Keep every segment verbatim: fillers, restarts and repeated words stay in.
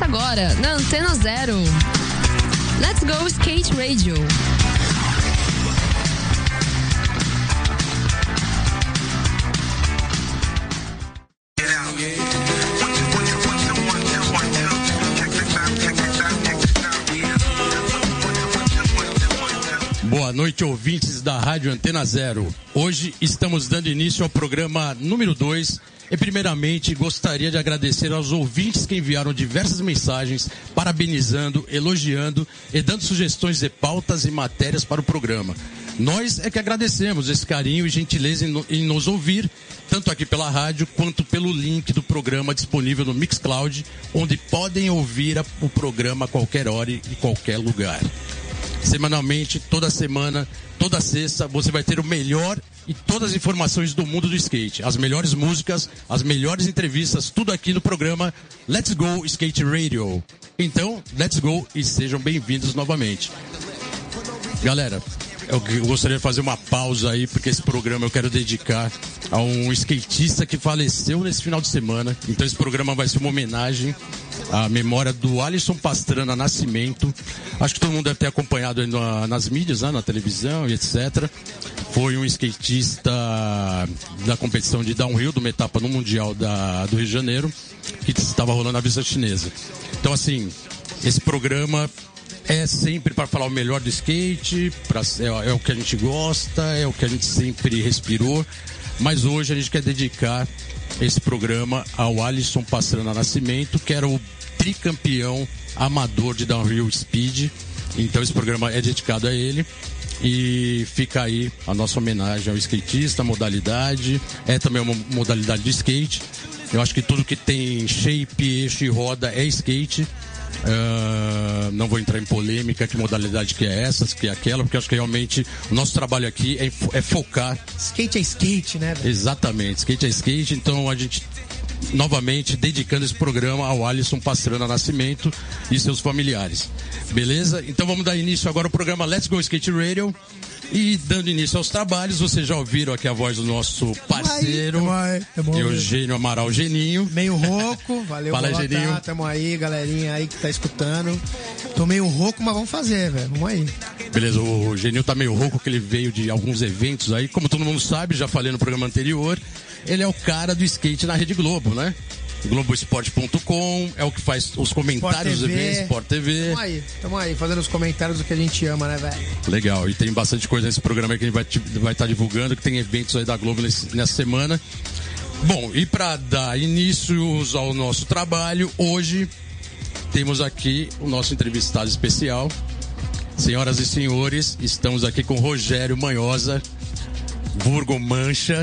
agora na Antena Zero. Let's Go Skate Radio. Boa noite, ouvintes da Rádio Antena Zero. Hoje estamos dando início ao programa número dois. E primeiramente gostaria de agradecer aos ouvintes que enviaram diversas mensagens, parabenizando, elogiando e dando sugestões de pautas e matérias para o programa. Nós é que agradecemos esse carinho e gentileza em, em nos ouvir, tanto aqui pela rádio quanto pelo link do programa disponível no Mixcloud, onde podem ouvir a, o programa a qualquer hora e em qualquer lugar. Semanalmente, toda semana, toda sexta, você vai ter o melhor e todas as informações do mundo do skate. As melhores músicas, as melhores entrevistas, tudo aqui no programa Let's Go Skate Radio. Então, let's go e sejam bem-vindos novamente. Galera, eu gostaria de fazer uma pausa aí, porque esse programa eu quero dedicar a um skatista que faleceu nesse final de semana. Então esse programa vai ser uma homenagem à memória do Alisson Pastrana Nascimento. Acho que todo mundo deve ter acompanhado aí na, nas mídias, né, na televisão e etcétera. Foi um skatista da competição de downhill, de uma etapa no Mundial da, do Rio de Janeiro, que estava rolando na Vista Chinesa. Então assim, esse programa é sempre para falar o melhor do skate, pra, é, é o que a gente gosta, é o que a gente sempre respirou, mas hoje a gente quer dedicar esse programa ao Alisson Pastrana Nascimento, que era o tricampeão amador de downhill speed. Então esse programa é dedicado a ele e fica aí a nossa homenagem ao skatista, a modalidade, é também uma modalidade de skate. Eu acho que tudo que tem shape, eixo e roda é skate. Uh, não vou entrar em polêmica que modalidade que é essa, que é aquela, porque acho que realmente o nosso trabalho aqui é, é focar. Skate é skate, né? Velho? Exatamente, skate é skate. Então a gente novamente dedicando esse programa ao Alisson Pastrana Nascimento e seus familiares. Beleza? Então vamos dar início agora ao programa Let's Go Skate Radio. E dando início aos trabalhos, vocês já ouviram aqui a voz do nosso parceiro, tamo aí, tamo aí. Eugênio Amaral Geninho. Meio rouco, valeu. Fala, Geninho. Tamo aí, galerinha aí que tá escutando. Tô meio rouco, mas vamos fazer, velho. Vamos aí. Beleza, o Geninho tá meio rouco, que ele veio de alguns eventos aí. Como todo mundo sabe, já falei no programa anterior, ele é o cara do skate na Rede Globo, né? Globoesporte ponto com, é o que faz os comentários dos eventos, Sport T V. Tamo aí, tamo aí, fazendo os comentários do que a gente ama, né, velho? Legal, e tem bastante coisa nesse programa aí que a gente vai estar vai tá divulgando, que tem eventos aí da Globo nesse, nessa semana. Bom, e para dar início ao nosso trabalho, hoje temos aqui o nosso entrevistado especial. Senhoras e senhores, estamos aqui com Rogério Manhosa, vulgo Mancha.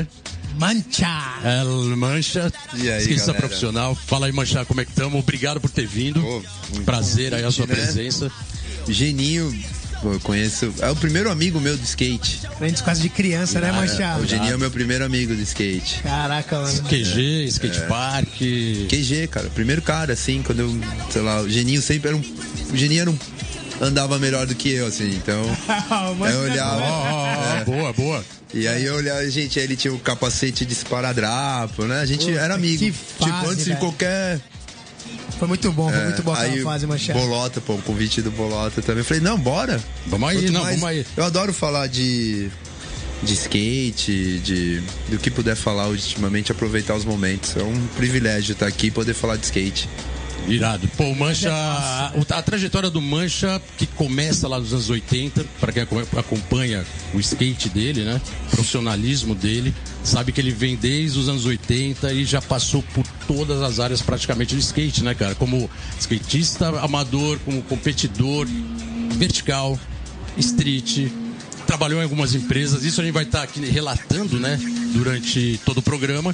Mancha! El Mancha, e aí, skatista galera? Profissional. Fala aí, Mancha, como é que estamos? Obrigado por ter vindo. Oh, prazer aí a sua né? presença. Geninho, pô, eu conheço. É o primeiro amigo meu do skate. Grandes quase de criança, né, Mancha? O Geninho é o meu primeiro amigo do skate. Caraca, mano. Q G, skate park. Q G, cara. Primeiro cara, assim, quando eu. Sei lá, o Geninho sempre era um. O Geninho era um. Andava melhor do que eu, assim, então. eu olhava. Oh, oh, oh, boa, boa. E aí eu olhava, gente, aí ele tinha o capacete de esparadrapo, né? A gente Puta, era amigo. que fase, tipo, antes velho. de qualquer. Foi muito bom, foi É, muito bom aí, aquela fase, Mancha. Bolota, pô, o convite do Bolota também. Eu falei, não, bora. Vamos aí, Quanto não, mais- vamos aí. Eu adoro falar de, de skate, de do que puder falar ultimamente, aproveitar os momentos. É um privilégio estar aqui e poder falar de skate. Irado. Pô, o Mancha, a, a trajetória do Mancha, que começa lá nos anos oitenta, para quem acompanha o skate dele, né? O profissionalismo dele, sabe que ele vem desde os anos oitenta e já passou por todas as áreas praticamente do skate, né, cara? Como skatista amador, como competidor, vertical, street, trabalhou em algumas empresas. Isso a gente vai estar aqui relatando, né, durante todo o programa.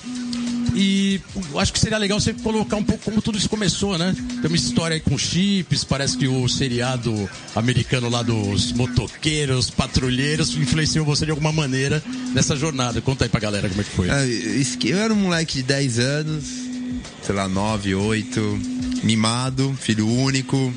E acho que seria legal você colocar um pouco como tudo isso começou, né? Tem uma história aí com chips, parece que o seriado americano lá dos motoqueiros, patrulheiros, influenciou você de alguma maneira nessa jornada. Conta aí pra galera como é que foi. Eu era um moleque de dez anos, sei lá, nove, oito, mimado, filho único,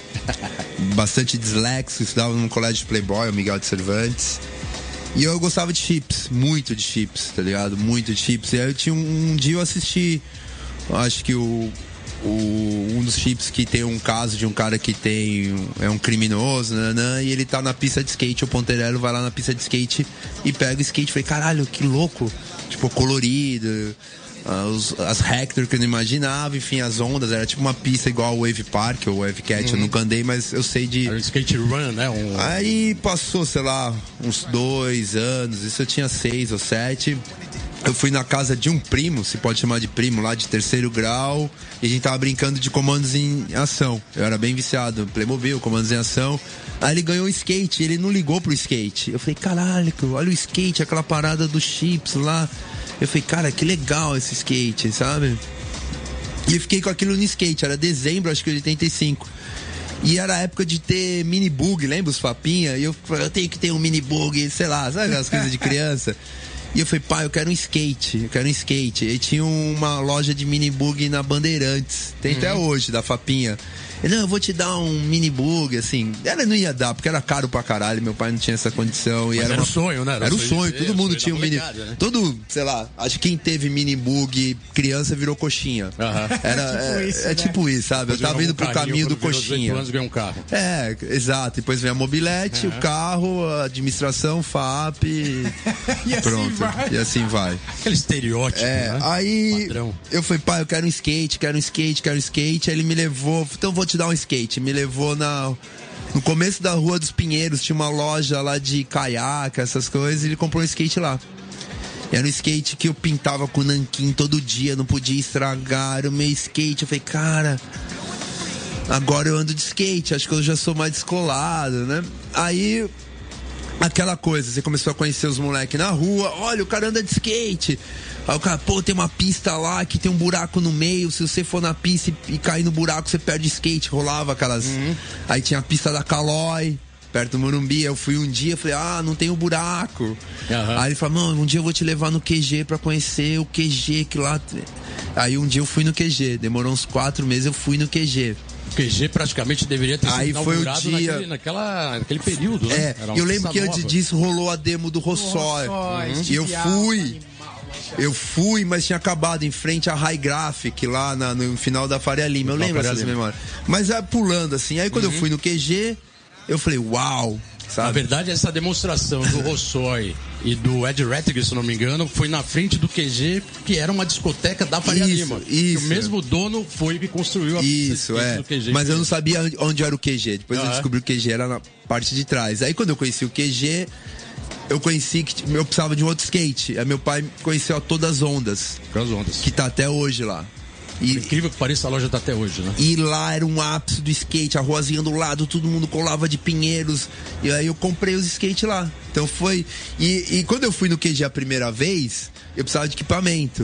bastante dislexo, estudava num colégio de Playboy, o Miguel de Cervantes. E eu gostava de chips, muito de chips, tá ligado? Muito de chips. E aí eu tinha um, um dia eu assisti, acho que o o, um dos chips que tem um caso de um cara que tem é um criminoso, nanã, e ele tá na pista de skate, o Ponterello vai lá na pista de skate e pega o skate. Falei, caralho, que louco, tipo, colorido, as, as Hector que eu não imaginava, enfim, as ondas, era tipo uma pista igual o Wave Park ou Wave Cat, uhum. Eu nunca andei, mas eu sei de... Era um skate run, né? Um... Aí passou, sei lá, uns dois anos, isso eu tinha seis ou sete... Eu fui na casa de um primo, se pode chamar de primo, lá de terceiro grau, e a gente tava brincando de comandos em ação. Eu era bem viciado, Playmobil, comandos em ação. Aí ele ganhou o skate, ele não ligou pro skate. Eu falei, caralho, olha o skate, aquela parada dos chips lá. Eu falei, cara, que legal esse skate, sabe? E eu fiquei com aquilo no skate, era dezembro, acho que de oitenta e cinco. E era a época de ter mini bug, lembra os papinha? E eu falei, eu tenho que ter um mini bug, sei lá, sabe aquelas coisas de criança? E eu falei, pai, eu quero um skate, eu quero um skate. E tinha uma loja de mini bug na Bandeirantes, tem uhum. até hoje, da Fapinha. Ele, não, eu vou te dar um mini bug, assim. Ela não ia dar, porque era caro pra caralho, meu pai não tinha essa condição. E Mas era, era uma... um sonho, né? Era, era um sonho, sonho, de... todo mundo sonho tinha um mini... Né? Todo, sei lá, acho que quem teve mini bug criança virou coxinha. Uhum. Era, é, tipo, é, isso, é né? tipo isso, sabe? Depois eu tava indo pro caminho do coxinha. anos ganhou um carro. É, exato. Depois vem a mobilete, uhum. o carro, a administração, F A P e, e pronto. Assim e assim vai. Aquele estereótipo, é, né? Aí Padrão. Eu falei, pai, eu quero um skate, quero um skate, quero um skate. Aí ele me levou, então vou te dar um skate. Me levou na... No começo da Rua dos Pinheiros, tinha uma loja lá de caiaque, essas coisas, e ele comprou um skate lá. Era um skate que eu pintava com nanquim todo dia, não podia estragar, era o meu skate. Eu falei, cara, agora eu ando de skate, acho que eu já sou mais descolado, né? Aí, aquela coisa, você começou a conhecer os moleques na rua, olha, o cara anda de skate. Aí o cara, pô, tem uma pista lá que tem um buraco no meio, se você for na pista e, e cair no buraco, você perde skate, rolava aquelas... Uhum. Aí tinha a pista da Calói, perto do Morumbi, eu fui um dia, falei, ah, não tem um buraco. Uhum. Aí ele falou, mano, um dia eu vou te levar no Q G pra conhecer o Q G que lá... Aí um dia eu fui no Q G, demorou uns quatro meses, eu fui no Q G. O Q G praticamente deveria ter sido aí inaugurado foi o dia... naquele, naquela, naquele período, né? É, eu lembro que nova. Antes disso rolou a demo do Rossói. Uhum. E eu fui... Eu fui, mas tinha acabado em frente à High Graphic, lá na, no final da Faria Lima. Eu lembro essas memórias. Mas é pulando assim. Aí quando uhum. eu fui no Q G, eu falei, uau! Sabe? Na verdade, essa demonstração do Rossói e do Ed Rettiger, se não me engano, foi na frente do Q G, que era uma discoteca da Faria isso, Lima. Isso. O mesmo dono foi que construiu a isso, é. do Q G. Mas eu não sabia onde era o Q G. Depois ah, eu descobri que o Q G era na parte de trás. Aí quando eu conheci o Q G, eu conheci que eu precisava de um outro skate. Aí meu pai conheceu a Todas as Ondas. As Ondas. Que tá até hoje lá. E, incrível que pareça, a loja tá até hoje, né? E lá era um ápice do skate, a ruazinha do lado, todo mundo colava de Pinheiros. E aí eu comprei os skates lá. Então foi... E, e quando eu fui no Q G a primeira vez, eu precisava de equipamento.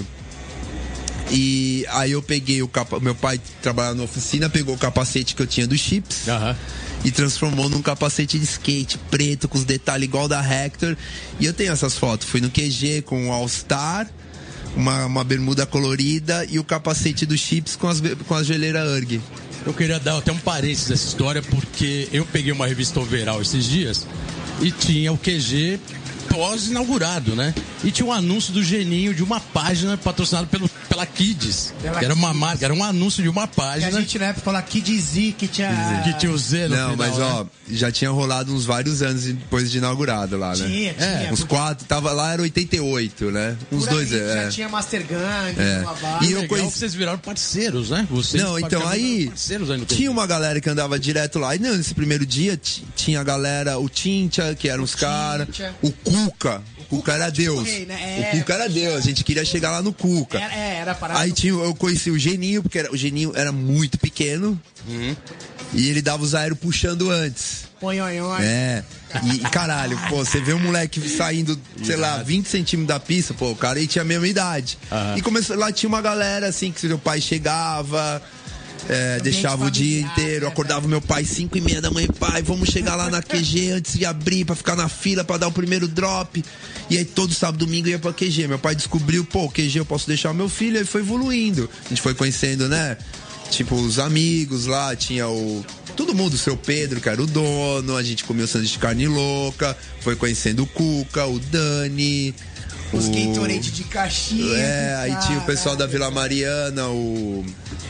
E aí eu peguei o capa... Meu pai trabalhava na oficina, pegou o capacete que eu tinha dos chips. Aham. E transformou num capacete de skate preto, com os detalhes igual da Hector. E eu tenho essas fotos. Fui no Q G com o All Star, uma, uma bermuda colorida e o capacete dos chips com as, com as geleiras U R G. Eu queria dar até um parênteses dessa história, porque eu peguei uma revista overall esses dias e tinha o Q G pós-inaugurado, né? E tinha um anúncio do Geninho de uma página patrocinada pelo, pela Kids. Pela que era uma marca, era um anúncio de uma página. Que a gente na época falava Kids Z, que tinha... Que tinha o Z no Não, final, mas né? ó, já tinha rolado uns vários anos depois de inaugurado lá, né? Tinha, tinha. É, uns quatro, tava lá, era oitenta e oito, né? Uns Por dois, aí, é. já tinha Master Gang, é. uma E eu legal conheci... que vocês viraram parceiros, né? Vocês não, então aí, aí tinha uma galera que andava direto lá. E não, nesse primeiro dia t- tinha a galera, o Tincha, que eram os caras, o Cuca. O Cuca era Deus. Rei, né? é, o Cuca era Deus. A gente queria chegar lá no Cuca. Era, é, era parada. Aí tinha, eu conheci o Geninho, porque era, o Geninho era muito pequeno. Uhum. E ele dava os aeros puxando antes. Põe, oi, oi. É. E caralho, pô, você vê um moleque saindo, sei lá, vinte centímetros da pista, pô, o cara aí tinha a mesma idade. Uhum. E começou, lá tinha uma galera assim, que seu pai chegava. É, deixava o dia inteiro, acordava o meu pai cinco e meia da manhã, pai, vamos chegar lá na Q G antes de abrir pra ficar na fila pra dar o primeiro drop. E aí todo sábado, domingo ia pra Q G. Meu pai descobriu, pô, o Q G eu posso deixar o meu filho, aí foi evoluindo. A gente foi conhecendo, né? Tipo, os amigos lá, tinha o... Todo mundo, o seu Pedro, que era o dono, a gente comia o sanduíche de carne louca, foi conhecendo o Cuca, o Dani... Os o... Gatorade de Caxias. É, aí tinha o pessoal da Vila Mariana, o...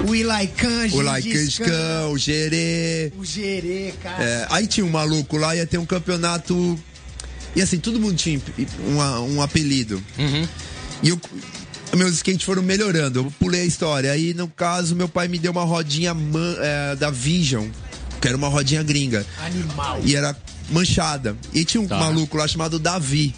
O Ilaican, o Ilaican, o Gerê. O Gerê, cara. É, aí tinha um maluco lá, ia ter um campeonato. E assim, todo mundo tinha um, um apelido. Uhum. E eu, meus skates foram melhorando. Eu pulei a história. Aí, no caso, meu pai me deu uma rodinha man, é, da Vision, que era uma rodinha gringa. Animal. E era manchada. E tinha um tá. maluco lá chamado Davi.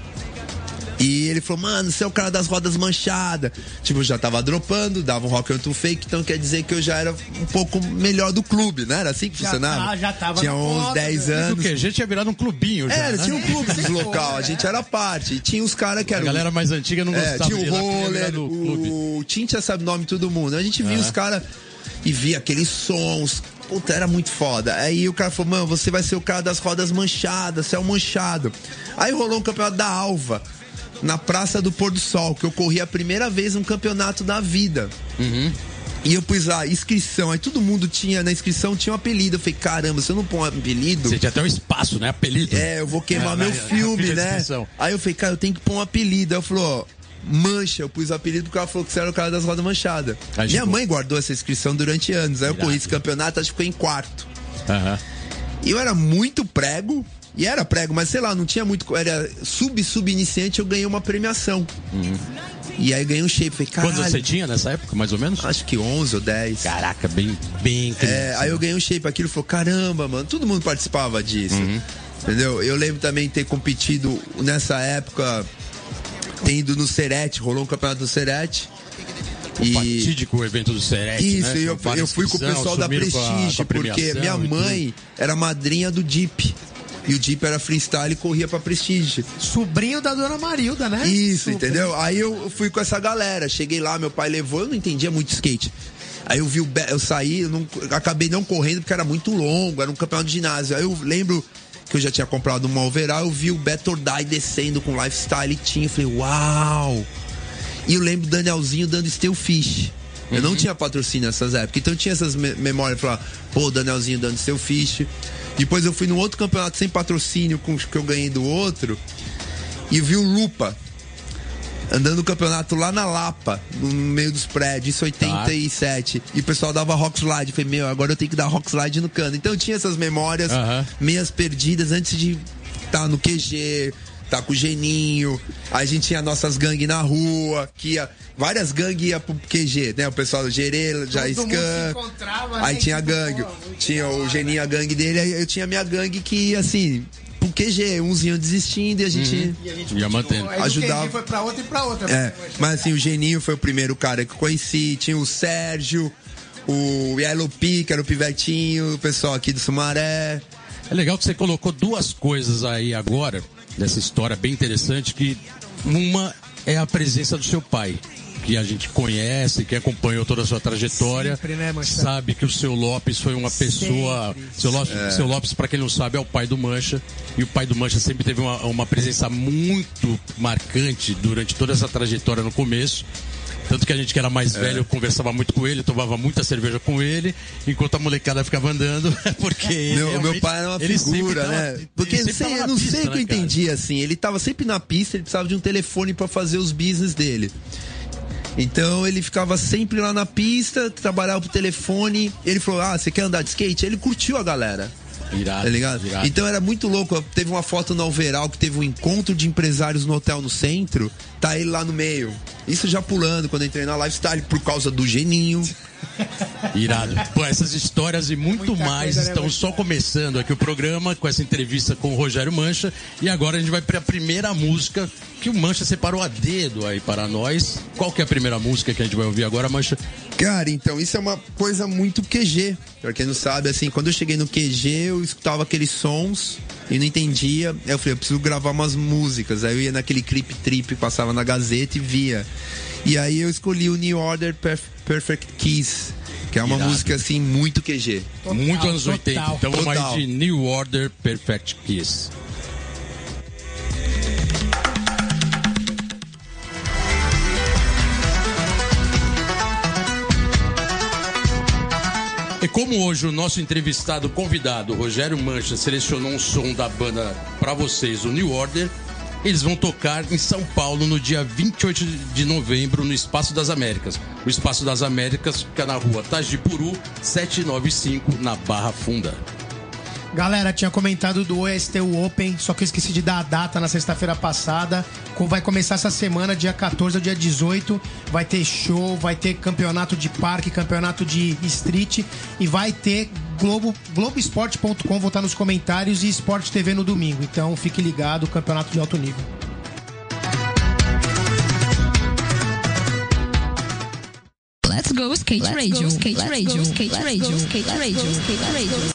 E ele falou, mano, você é o cara das rodas manchadas. Tipo, eu já tava dropando, dava um rock and roll fake, então quer dizer que eu já era um pouco melhor do clube, né? Era assim que já funcionava? Tá, já tava tinha uns foda, dez né? anos. O quê? A gente tinha virado um clubinho já, Era, né? tinha um clube dos local, a gente era parte. E tinha os caras que eram... A galera mais antiga não gostava é, tinha o de roller, o Tintia sabe o nome de todo mundo. A gente via ah. os caras e via aqueles sons... Puta, era muito foda. Aí o cara falou, mano, você vai ser o cara das rodas manchadas, você é um manchado. Aí rolou um campeonato da Alva, na Praça do Pôr do Sol, que eu corri a primeira vez um campeonato da vida. Uhum. E eu pus a inscrição, aí todo mundo tinha, na inscrição tinha um apelido. Eu falei, caramba, se eu não pôr um apelido... Você tinha até um espaço, né? Apelido. É, eu vou queimar é, meu na, filme, na né? Aí eu falei, cara, eu tenho que pôr um apelido. Aí eu falei, ó... Mancha, eu pus o apelido porque ela falou que você era o cara das rodas manchadas. Aí, Minha tipo... mãe guardou essa inscrição durante anos. Aí eu corri esse campeonato, acho que ficou em quarto. Uhum. E eu era muito prego, e era prego, mas sei lá, não tinha muito. Era sub-sub-iniciante, eu ganhei uma premiação. Uhum. E aí ganhei um shape. Falei, caralho. Quantos você tinha nessa época, mais ou menos? Acho que onze ou dez. Caraca, bem, bem. É, aí eu ganhei um shape, aquilo falou, caramba, mano, todo mundo participava disso. Uhum. Entendeu? Eu lembro também de ter competido nessa época. Tendo no Serete, rolou um campeonato do Serete. O e... fatídico evento do Serete. Isso, né? eu, eu fui com o pessoal da Prestige, porque minha mãe era madrinha do Jeep. E o Jeep era freestyle e corria pra Prestige. Sobrinho da dona Marilda, né? Isso, Super. Entendeu? Aí eu fui com essa galera. Cheguei lá, meu pai levou, eu não entendia muito skate. Aí eu vi o Be- eu saí, eu não, acabei não correndo porque era muito longo, era um campeonato de ginásio. Aí eu lembro que eu já tinha comprado uma overall, eu vi o Beto Ordai descendo com lifestyle e tinha, eu falei, uau! E eu lembro do Danielzinho dando steel fish. Eu uhum. não tinha patrocínio nessas épocas, então eu tinha essas me- memórias, falar, pô, o Danielzinho dando steel fish. Depois eu fui num outro campeonato sem patrocínio, com que eu ganhei do outro, e vi o Lupa andando no campeonato lá na Lapa, no meio dos prédios, isso oitenta e sete. Tá. E o pessoal dava rock slide. Eu falei, meu, agora eu tenho que dar rock slide no cano. Então eu tinha essas memórias uhum. meias perdidas antes de estar tá no Q G, tá com o Geninho. Aí a gente tinha nossas gangues na rua, que ia, várias gangues iam pro Q G, né? O pessoal do Gerê, já Scan. Aí tinha a gangue, tinha o Geninho, a gangue dele, aí eu tinha a minha gangue que, assim... pro Q G, uns iam desistindo e a gente, uhum. e a gente ia mantendo. Aí ajudava. O Q G foi pra outra e pra outra. É, mas assim, o Geninho foi o primeiro cara que eu conheci, tinha o Sérgio, o Yellow P, que era o pivetinho, o pessoal aqui do Sumaré. É legal que você colocou duas coisas aí agora, dessa história bem interessante, que uma é a presença do seu pai, que a gente conhece, que acompanhou toda a sua trajetória, sempre, né, sabe que o seu Lopes foi uma pessoa... Sempre. Seu Lopes, é. seu Lopes, para quem não sabe, é o pai do Mancha, e o pai do Mancha sempre teve uma, uma presença muito marcante durante toda essa trajetória no começo. Tanto que a gente que era mais velho, é. conversava muito com ele, tomava muita cerveja com ele, enquanto a molecada ficava andando, porque... Meu, meu pai era uma figura, tava, né? Porque eu, sei, eu não pista, sei o que né, eu entendi, assim, ele tava sempre na pista, ele precisava de um telefone para fazer os business dele. Então ele ficava sempre lá na pista, trabalhava pro telefone. Ele falou, ah, você quer andar de skate? Ele curtiu a galera. Irado, tá ligado? Irado. Então era muito louco. Teve uma foto na Overall que teve um encontro de empresários no hotel no centro. Tá ele lá no meio. Isso já pulando quando eu entrei na Lifestyle por causa do Geninho. Irado. Pô, essas histórias e muito Muita mais coisa, estão né, só começando aqui o programa com essa entrevista com o Rogério Mancha. E agora a gente vai para a primeira música que o Mancha separou a dedo aí para nós. Qual que é a primeira música que a gente vai ouvir agora, Mancha? Cara, então isso é uma coisa muito Q G. Pra quem não sabe, assim, quando eu cheguei no Q G, eu escutava aqueles sons e não entendia. Aí eu falei, eu preciso gravar umas músicas. Aí eu ia naquele Clip Trip, passava na Gazeta e via. E aí eu escolhi o New Order Perf- Perfect Kiss, que é uma Irado. música assim muito Q G. Total, muito anos total. oitenta. Então vamos mais de New Order Perfect Kiss. E como hoje o nosso entrevistado convidado, Rogério Mancha, selecionou um som da banda para vocês, o New Order, Eles vão tocar em São Paulo no dia vinte e oito de novembro no Espaço das Américas. O Espaço das Américas fica na rua Tajipuru, setecentos e noventa e cinco, na Barra Funda. Galera, tinha comentado do O S T U Open, só que eu esqueci de dar a data na sexta-feira passada. Vai começar essa semana, dia quatorze ao dia dezoito. Vai ter show, vai ter campeonato de parque, campeonato de street. E vai ter Globo, Globoesporte ponto com, vou estar nos comentários, e Sport T V no domingo. Então fique ligado, campeonato de alto nível. Let's go skate Let's radio, go, skate Let's radio, go, skate Let's radio, go, skate Let's radio, go, skate radio.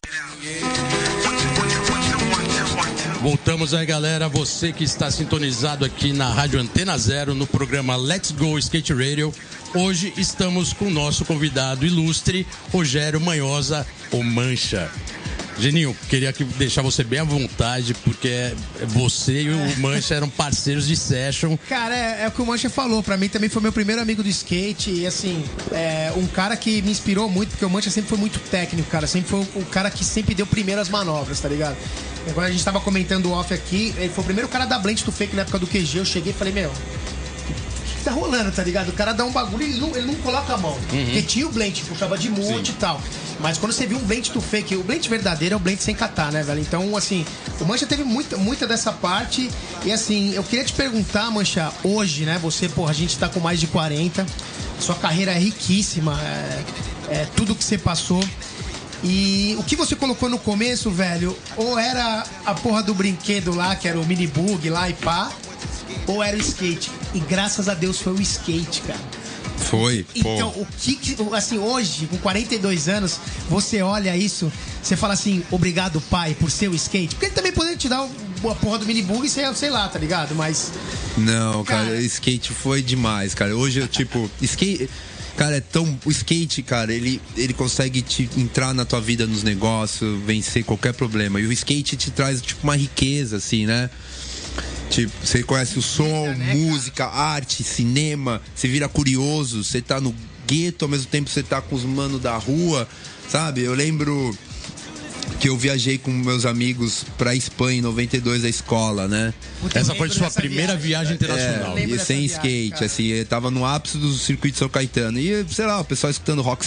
Voltamos aí, galera. Você que está sintonizado aqui na Rádio Antena Zero, no programa Let's Go Skate Radio. Hoje estamos com o nosso convidado ilustre, Rogério Manhosa, o Mancha. Geninho, queria deixar você bem à vontade, porque você e o Mancha eram parceiros de session. Cara, é, é o que o Mancha falou. Pra mim também foi meu primeiro amigo do skate. E assim, é um cara que me inspirou muito, porque o Mancha sempre foi muito técnico, cara. Sempre foi o cara que sempre deu primeiras manobras, tá ligado? Agora a gente tava comentando off aqui, ele foi o primeiro cara da Blend to Fake na época do Q G. Eu cheguei e falei, meu, o que tá rolando, tá ligado? O cara dá um bagulho e ele não, ele não coloca a mão. Uhum. Porque tinha o blend, puxava de monte e tal. Mas quando você viu um blend to fake, o blend verdadeiro é o blend sem catar, né, velho? Então, assim, o Mancha teve muita, muita dessa parte. E assim, eu queria te perguntar, Mancha, hoje, né? Você, porra, a gente tá com mais de quarenta. Sua carreira é riquíssima. É, é tudo que você passou. E o que você colocou no começo, velho, ou era a porra do brinquedo lá, que era o mini bug lá e pá, ou era o skate. E graças a Deus foi o skate, cara. Foi, Então, pô. o que, assim, hoje, com quarenta e dois anos, você olha isso, você fala assim, obrigado, pai, por ser o skate. Porque ele também poderia te dar a porra do mini bug e sei, sei lá, tá ligado? Mas... Não, cara, cara, skate foi demais, cara. Hoje eu, tipo, skate... Cara, é tão... O skate, cara, ele, ele consegue te entrar na tua vida, nos negócios, vencer qualquer problema. E o skate te traz, tipo, uma riqueza, assim, né? Tipo, você conhece o som, música, arte, cinema, você vira curioso, você tá no gueto, ao mesmo tempo você tá com os manos da rua, sabe? Eu lembro que eu viajei com meus amigos pra Espanha em noventa e dois, da escola, né? Essa foi sua primeira viagem, viagem internacional. É, e sem skate, viagem, assim, eu tava no ápice do circuito de São Caetano. E, sei lá, o pessoal escutando rock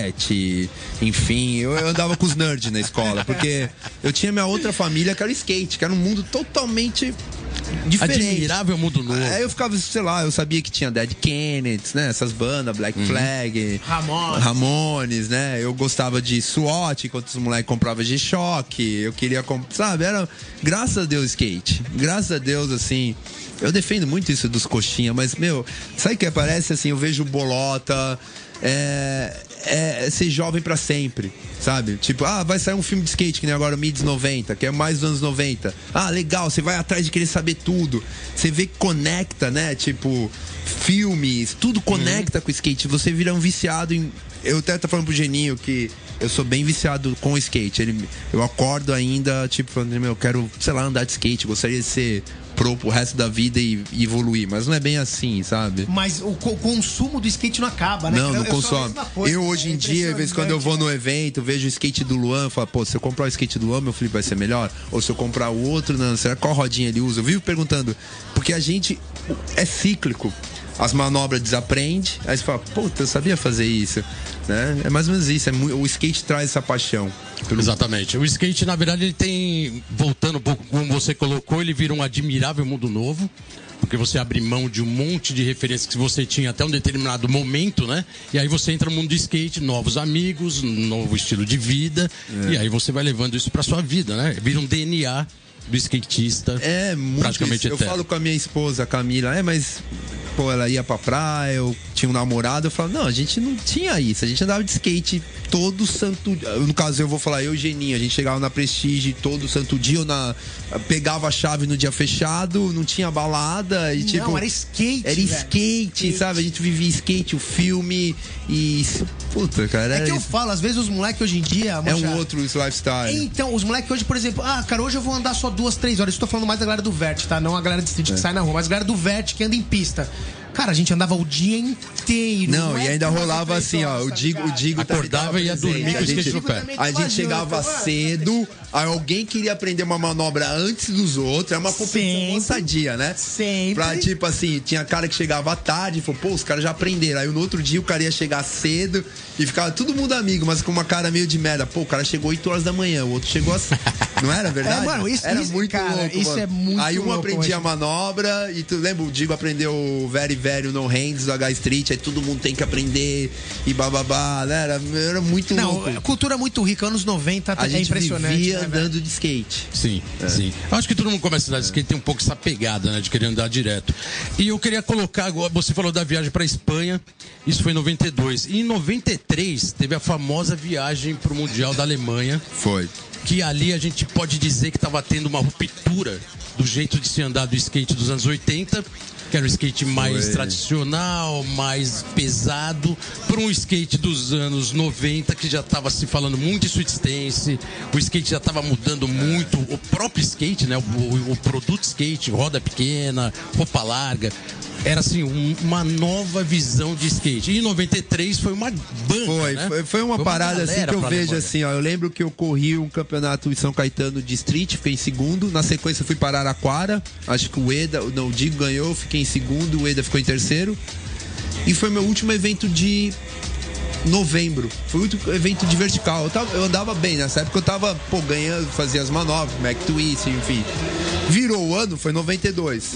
set, enfim, eu, eu andava com os nerds na escola, porque eu tinha minha outra família que era o skate, que era um mundo totalmente... diferente. Admirável mundo novo. Aí eu ficava, sei lá, eu sabia que tinha Dead Kennedys, né? Essas bandas, Black uhum. Flag, Ramones. Ramones, né? Eu gostava de SWAT, enquanto os moleques compravam G-Shock. Eu queria comprar, sabe? Era, graças a Deus, skate. Graças a Deus, assim. Eu defendo muito isso dos coxinha, mas, meu, sabe o que aparece assim? Eu vejo bolota. É, é ser jovem pra sempre, sabe? Tipo, ah, vai sair um filme de skate que nem agora Mids noventa, que é mais dos anos noventa. Ah, legal, você vai atrás de querer saber tudo. Você vê que conecta, né? Tipo, filmes, tudo conecta uhum. com o skate. Você vira um viciado em... Eu até tô falando pro Geninho que eu sou bem viciado com o skate. Ele, eu acordo ainda, tipo, falando, meu, eu quero, sei lá, andar de skate, gostaria de ser pro pro resto da vida e, e evoluir, mas não é bem assim, sabe? Mas o, o consumo do skate não acaba, né? Não, não eu, consome. Eu, eu hoje é em dia, às vezes quando eu vou no evento, vejo o skate do Luan, falo, pô, se eu comprar o skate do Luan, meu flip vai ser melhor? Ou se eu comprar o outro, não, será qual rodinha ele usa? Eu vivo perguntando, porque a gente é cíclico. As manobras desaprende, aí você fala, puta, eu sabia fazer isso, né? É mais ou menos isso, é muito, o skate traz essa paixão. Pelo... Exatamente. O skate, na verdade, ele tem, voltando um pouco como você colocou, ele vira um admirável mundo novo, porque você abre mão de um monte de referências que você tinha até um determinado momento, né? E aí você entra no mundo do skate, novos amigos, novo estilo de vida, é. E aí você vai levando isso pra sua vida, né? Vira um D N A do skatista, é, muito praticamente isso. Eu eterno. falo com a minha esposa, a Camila, é, mas... Pô, ela ia pra praia, eu tinha um namorado, eu falava, não, a gente não tinha isso, a gente andava de skate todo santo dia. No caso, eu vou falar, eu e o Geninho, a gente chegava na Prestige todo santo dia, ou na, pegava a chave no dia fechado, não tinha balada. E, não, tipo, era skate. Era velho. skate, skate, sabe? A gente vivia skate, o filme e... Puta, cara. É que eu falo, às vezes os moleques hoje em dia... É um outro lifestyle. Então, os moleques hoje, por exemplo, ah, cara, hoje eu vou andar só duas, três horas. Estou falando mais da galera do Vert, tá? Não a galera de street é. que sai na rua, mas a galera do Vert que anda em pista. Cara, a gente andava o dia inteiro. Não, é e ainda uma rolava assim, ó, o Digo, o Digo acordava e ia dormir com o skate no pé. A gente chegava cedo, aí alguém queria aprender uma manobra antes dos outros, é uma competição mó sadia, né? Sempre. Pra, tipo assim, tinha cara que chegava à tarde e falou, pô, os caras já aprenderam. Aí no outro dia o cara ia chegar cedo e ficava todo mundo amigo, mas com uma cara meio de merda. Pô, o cara chegou oito horas da manhã, o outro chegou assim. Não era verdade? É, mano, isso, era isso, muito cara, louco, isso mano. é muito Aí um louco, aprendia a hoje. manobra e tu lembra, o Digo aprendeu o very, very no hands do H Street, aí todo mundo tem que aprender e bababá, né? Era, era muito Não, louco. cultura muito rica, anos noventa, A é gente impressionante. vivia né, velho? andando de skate. Sim, sim. Eu acho que todo mundo começa a andar de skate, tem um pouco essa pegada, né? De querer andar direto. E eu queria colocar agora, você falou da viagem pra Espanha, isso foi em noventa e dois. E em noventa e três teve a famosa viagem pro Mundial da Alemanha. Foi. Que ali a gente pode dizer que estava tendo uma ruptura do jeito de se andar do skate dos anos oitenta, que era um skate mais Foi. tradicional, mais pesado, para um skate dos anos noventa, que já estava se falando muito em street stance, o skate já estava mudando muito, o próprio skate, né, o, o, o produto skate, roda pequena, roupa larga, era assim, um, uma nova visão de skate. E em noventa e três foi uma banda, Foi, né? foi, foi uma Foi parada assim galera que eu pra vejo Alemanha. assim, ó. Eu lembro que eu corri um campeonato em São Caetano de street, fiquei em segundo. Na sequência fui para Araraquara. Acho que o Eda, não, o Digo ganhou, fiquei em segundo, o Eda ficou em terceiro. E foi meu último evento de novembro. Foi o último evento de vertical. Eu, tava, eu andava bem nessa época, eu tava, pô, ganhando, fazia as manobras, Mac Twist, enfim. Virou o ano, foi noventa e dois.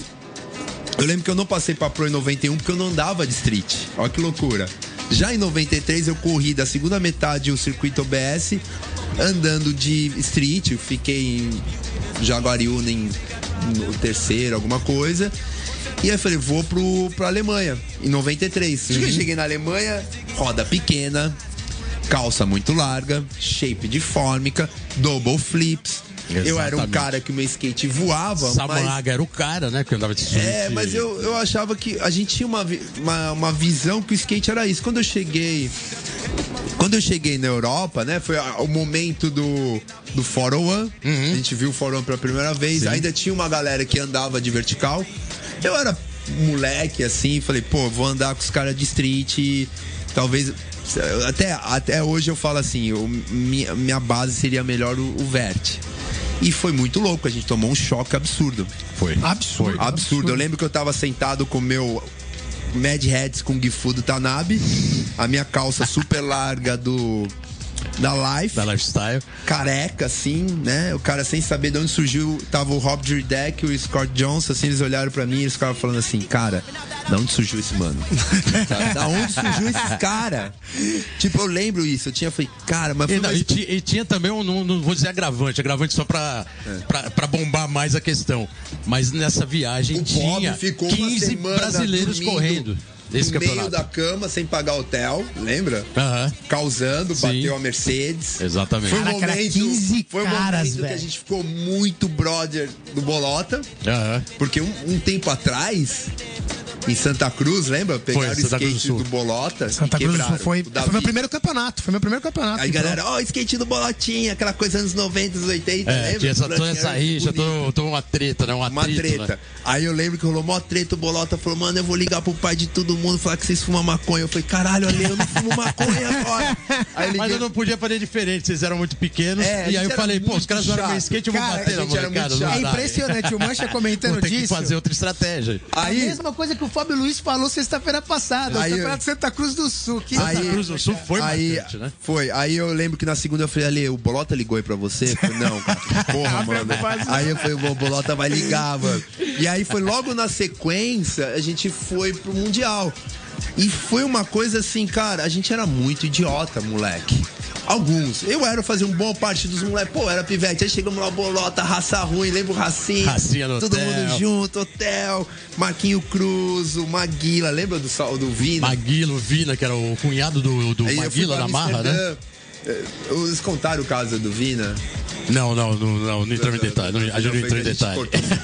Eu lembro que eu não passei pra Pro em noventa e um porque eu não andava de street. Olha que loucura. Já em noventa e três eu corri da segunda metade o circuito O B S andando de street. Eu fiquei em Jaguariúna em no terceiro, alguma coisa. E aí eu falei, vou pro, pra Alemanha em noventa e três. Uhum. Eu cheguei na Alemanha, roda pequena, calça muito larga, shape de fórmica, double flips. Exatamente. Eu era um cara que o meu skate voava, Samaga mas... era o cara, né? Que andava de street. É, mas eu, eu achava que a gente tinha uma, vi- uma, uma visão que o skate era isso. Quando eu cheguei. Quando eu cheguei na Europa, né? Foi a- o momento do, do quatrocentos e um. Uhum. A gente viu o quatrocentos e um pela primeira vez. Sim. Ainda tinha uma galera que andava de vertical. Eu era moleque assim, falei, pô, vou andar com os caras de street. E talvez. Até, até hoje eu falo assim, eu, minha, minha base seria melhor o, o vert. E foi muito louco, a gente tomou um choque absurdo. Foi. Absurdo. Foi. Absurdo. Eu lembro que eu tava sentado com o meu Mad Heads com Gifu do Tanabe, a minha calça super larga do da Life, Da Lifestyle. careca, assim, né? O cara sem saber de onde surgiu, tava o Rob Dyrdek e o Scott Johnson, assim, eles olharam pra mim e eles ficavam falando assim, cara, da onde surgiu esse mano? Da onde surgiu esse cara? Tipo, eu lembro isso, eu tinha, falei, cara, mas foi E, não, mais... e ti- e tinha também um, não, não vou dizer agravante, agravante só pra, pra, pra bombar mais a questão. Mas nessa viagem O tinha Bob ficou uma quinze semana brasileiros dormindo correndo nesse no meio campeonato. da cama, sem pagar hotel, lembra? Aham. Causando, Sim. bateu a Mercedes. Exatamente. Foi um Caraca, era momento, quinze foi um caras, momento que velho. a gente ficou muito brother do Bolota, Aham. porque um, um tempo atrás, em Santa Cruz, lembra? Pegaram o Santa Cruz do skate Sul. do Bolota. Santa e Cruz do quebraram. Sul foi, O foi Davi. meu primeiro campeonato. Foi meu primeiro campeonato. Aí então. galera, ó, skate do Bolotinha, aquela coisa anos noventa, anos oitenta, É, lembra? tinha essa, toda Bolotinha essa era rixa, bonito. toda, toda uma treta, né? Um Uma atrito, treta. né? Aí eu lembro que rolou mó treta, o Bolota falou, mano, eu vou ligar pro pai de todo mundo, falar que vocês fumam maconha. Eu falei, caralho, Ale, eu não fumo maconha agora. Aí eu Mas liguei... eu não podia fazer diferente, vocês eram muito pequenos. É, a e gente aí eu era falei, pô, muito os caras jogaram meu chato. skate, eu vou Cara, bater a na gente era muito molecada. chato. não É dá. impressionante, o Mancha comentando Vou ter que disso. fazer outra estratégia. Aí, A mesma coisa que o Fábio Luiz falou sexta-feira passada, Aí o eu- campeonato de Santa Cruz do Sul. Que Santa Aí- Cruz do Sul foi aí, marcante, né? foi. Aí eu lembro que na segunda eu falei, Ale, o Bolota ligou aí pra você? Eu falei, não, cara. Porra, mano. Aí eu falei, o Bolota vai ligar, mano. E aí foi logo na sequência, a gente foi pro Mundial. E foi uma coisa assim, cara, a gente era muito idiota, moleque. Alguns. Eu era fazer uma boa parte dos moleques. Pô, era pivete. Aí chegamos lá, Bolota, raça ruim, lembra o Racinho? Racinha no Todo hotel. mundo junto, hotel. Marquinho Cruz, o Maguila, lembra do, Sal- do Vina? Maguilo, Vina, que era o cunhado do, do Aí eu fui Maguila pra na marra, né? Amsterdã. Eles contaram o caso do Vina? Não, não, não, não, não entrou em detalhe. Não, a gente não entrou em detalhe.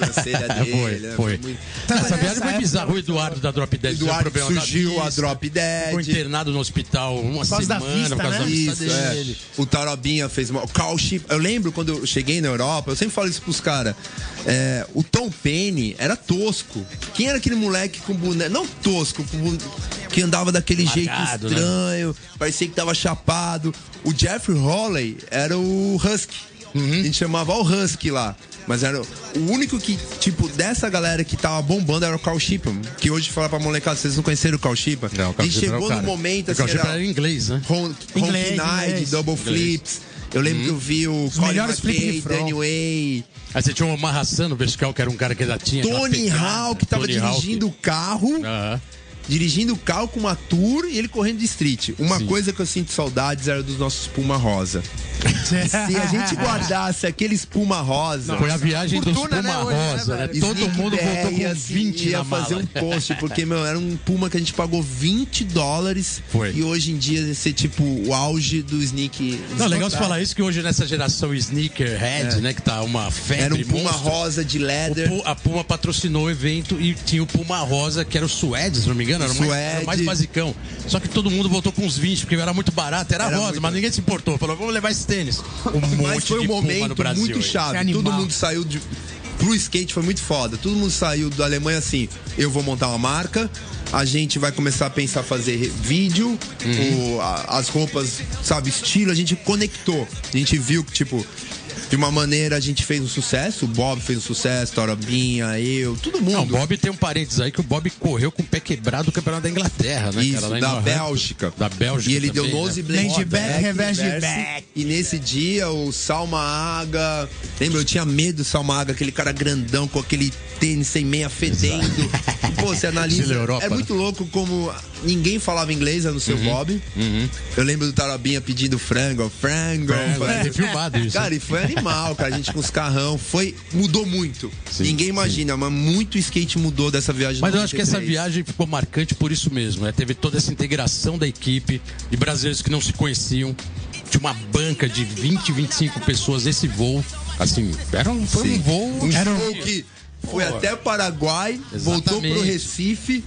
Foi, né? foi. Muito... Essa viagem foi bizarra. O Eduardo da Drop Dead. O Eduardo surgiu a Drop Dead. Ficou internado no hospital uma semana vista, por causa né? da vista Isso, é. dele. O Tarobinha fez uma... O Carl Chip... Eu lembro quando eu cheguei na Europa, eu sempre falo isso pros caras. É, o Tom Penny era tosco. Quem era aquele moleque com boneco? Não tosco, com boneco, que andava daquele Marcado, jeito estranho, né? Parecia que tava chapado. O Jeffrey Hawley era o Husky. Uhum. A gente chamava o Husky lá. Mas era o único que, tipo, dessa galera que tava bombando era o Carl Shippum. Que hoje fala pra molecada, vocês não conheceram o Carl Shippum? Não, o Carl e chegou no momento assim. O Carl Shippum era em inglês, né? Honky Night, Double Flips. Eu lembro hum. que eu vi o Colin McKay, Danny Way. Aí você tinha o Marração no vertical, que era um cara que ainda tinha. Tony Hawk, que tava Tony dirigindo Hawk. o carro. Aham. Dirigindo o carro com uma tour e ele correndo de street. Uma Sim. coisa que eu sinto saudades era dos nossos Puma Rosa. Se a gente guardasse aquele espuma rosa. Não, foi a viagem dos Puma né, Rosa, né? né? Todo mundo voltou com assim, vinte ia na mala. fazer um post, porque, meu, era um Puma que a gente pagou vinte dólares. Foi. E hoje em dia ia ser tipo o auge do sneak. Não, legal você falar isso, que hoje nessa geração sneakerhead, é. né? Que tá uma febre. Era um Puma monstro. rosa de leather. O, a Puma patrocinou o evento e tinha o Puma rosa, que era o suede, se não me engano, era o mais, era o mais basicão. Só que todo mundo voltou com uns vinte, porque era muito barato, era, era rosa, muito... mas ninguém se importou. Falou, vamos levar esse tênis. Um mas monte foi um de momento no Brasil, muito chave. É Todo mundo saiu de... Pro skate foi muito foda. Todo mundo saiu da Alemanha assim, eu vou montar uma marca, a gente vai começar a pensar fazer vídeo, uhum. o, a, as roupas, sabe, estilo, a gente conectou. A gente viu que, tipo, de uma maneira a gente fez um sucesso, o Bob fez um sucesso, Torobinha, eu, todo mundo. Não, o Bob tem um parênteses aí que o Bob correu com o pé quebrado do campeonato da Inglaterra, né? Isso, cara, da Bélgica. Da Bélgica. E ele também, deu nose né? blend de back, reverse de back. E nesse dia o Salma Aga, lembra, eu tinha medo do Salma Aga, aquele cara grandão com aquele tênis sem meia fedendo. E, pô, você analisa. Europa, é muito né? louco como ninguém falava inglês, a não ser o uhum, Bob. Uhum. Eu lembro do Tarobinha pedindo frango, frango. É, tem filmado isso. Cara, e foi animal, cara. A gente com os carrão. Foi, mudou muito. Sim, ninguém imagina, sim. mas muito skate mudou dessa viagem. Mas eu acho que essa viagem ficou marcante por isso mesmo. Né? Teve toda essa integração da equipe, de brasileiros que não se conheciam. Tinha uma banca de vinte, vinte e cinco pessoas nesse voo. Assim, era um, foi um voo. Um era voo que foi Pô, até o Paraguai, exatamente. Voltou pro Recife.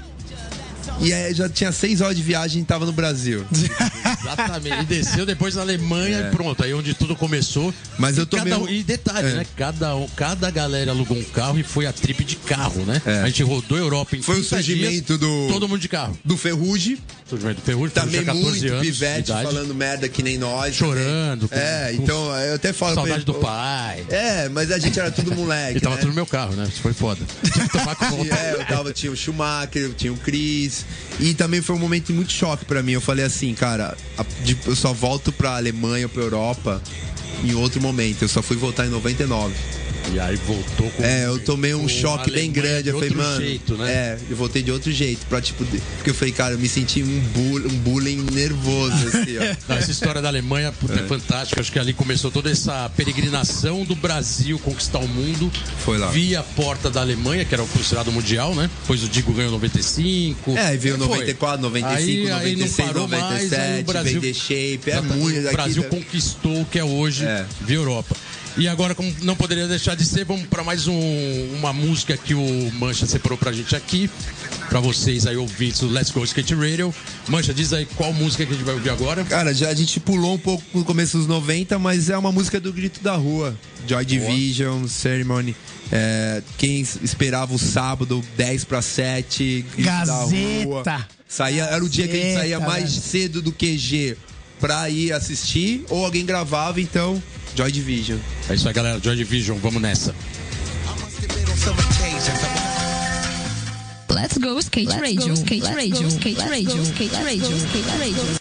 E aí já tinha seis horas de viagem e tava no Brasil. Exatamente. E desceu depois na Alemanha é. e pronto. Aí onde tudo começou. Mas eu e tô cada, meio... E detalhe, é. né? Cada, cada galera alugou um carro e foi a trip de carro, né? É. A gente rodou a Europa em Foi o surgimento dias, do... todo mundo de carro. Do Ferrugem. Surgimento do Ferrugem. Também muito anos pivete falando merda que nem nós. Chorando. Com, é, com, então eu até falo... Saudade pra do pai. É, mas a gente era tudo moleque, E tava né? tudo no meu carro, né? Isso foi foda. Tinha que tomar conta. É, eu tava, tinha o Schumacher, tinha o Chris. E também foi um momento de muito choque pra mim. Eu falei assim, cara, eu só volto pra Alemanha ou pra Europa em outro momento. Eu só fui voltar em noventa e nove. E aí voltou com... É, eu tomei um choque bem grande. Eu falei, mano... Jeito, né? É, eu voltei de outro jeito. Pra, tipo, porque eu falei, cara, eu me senti um, bull, um bullying nervoso, assim, ó. Não, essa história da Alemanha puta, é. é fantástica. Acho que ali começou toda essa peregrinação do Brasil conquistar o mundo. Foi lá. Via a porta da Alemanha, que era o considerado mundial, né? Depois o Digo ganhou noventa e cinco. É, e veio noventa e quatro, noventa e cinco, aí, noventa e seis, aí não parou noventa e sete, mais, aí o Brasil, vem The Shape. É muito o Brasil daqui, conquistou o que é hoje é. via Europa. E agora, como não poderia deixar de ser, vamos para mais um, uma música que o Mancha separou pra gente aqui, pra vocês aí ouvintes do Let's Go Skate Radio. Mancha, diz aí qual música que a gente vai ouvir agora. Cara, já a gente pulou um pouco no começo dos noventa, mas é uma música do Grito da Rua. Joy Division, Ceremony. É, quem esperava o sábado, dez para sete, Grito Gazeta. da Rua. Saía, era o dia que a gente saía mais cedo do Q G pra ir assistir, ou alguém gravava, então... Joy Division. É isso aí, galera. Joy Division, vamos nessa. Let's go skate Let's radio, go, skate Let's radio, go, skate Let's radio, go, skate radio, skate radio.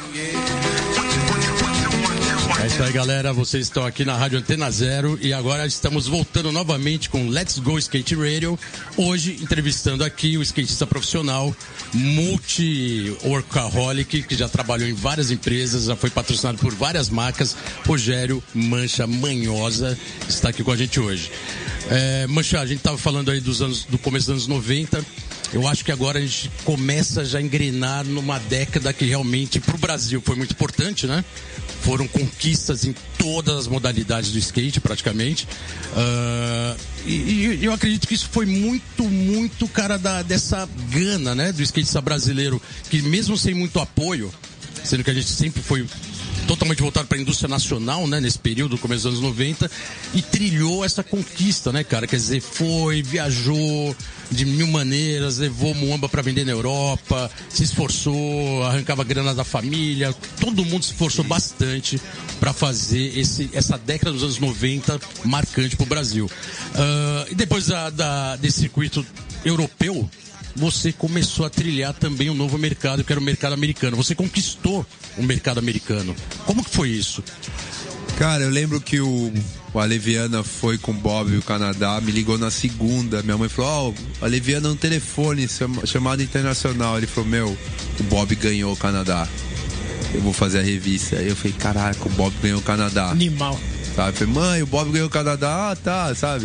É isso aí, galera. Vocês estão aqui na Rádio Antena Zero e agora estamos voltando novamente com Let's Go Skate Radio. Hoje, entrevistando aqui o skatista profissional, multi-workaholic, que já trabalhou em várias empresas, já foi patrocinado por várias marcas, Rogério Mancha Manhosa, está aqui com a gente hoje. É, Mancha, a gente estava falando aí dos anos, do começo dos anos noventa. eu acho que agora a gente começa já a engrenar numa década que realmente pro Brasil foi muito importante, né? Foram conquistas em todas as modalidades do skate, praticamente. Uh, e, e eu acredito que isso foi muito, muito, cara, da, dessa gana, né? Do skatista brasileiro, que mesmo sem muito apoio, sendo que a gente sempre foi totalmente voltado para a indústria nacional, né, nesse período, começo dos anos noventa, e trilhou essa conquista, né, cara? Quer dizer, foi, viajou de mil maneiras, levou Muamba para vender na Europa, se esforçou, arrancava grana da família, todo mundo se esforçou bastante para fazer esse, essa década dos anos noventa marcante para o Brasil. Uh, e depois da, da, desse circuito europeu, você começou a trilhar também um novo mercado, que era o mercado americano. Você conquistou o mercado americano. Como que foi isso? Cara, eu lembro que o, o Aleviana foi com o Bob e o Canadá, me ligou na segunda. Minha mãe falou, ó, oh, Aleviana no telefone, chamada internacional. Ele falou, meu, o Bob ganhou o Canadá. Eu vou fazer a revista. Aí eu falei, caraca, o Bob ganhou o Canadá. Animal. Sabe? Falei, mãe, o Bob ganhou o Canadá, ah, tá, sabe?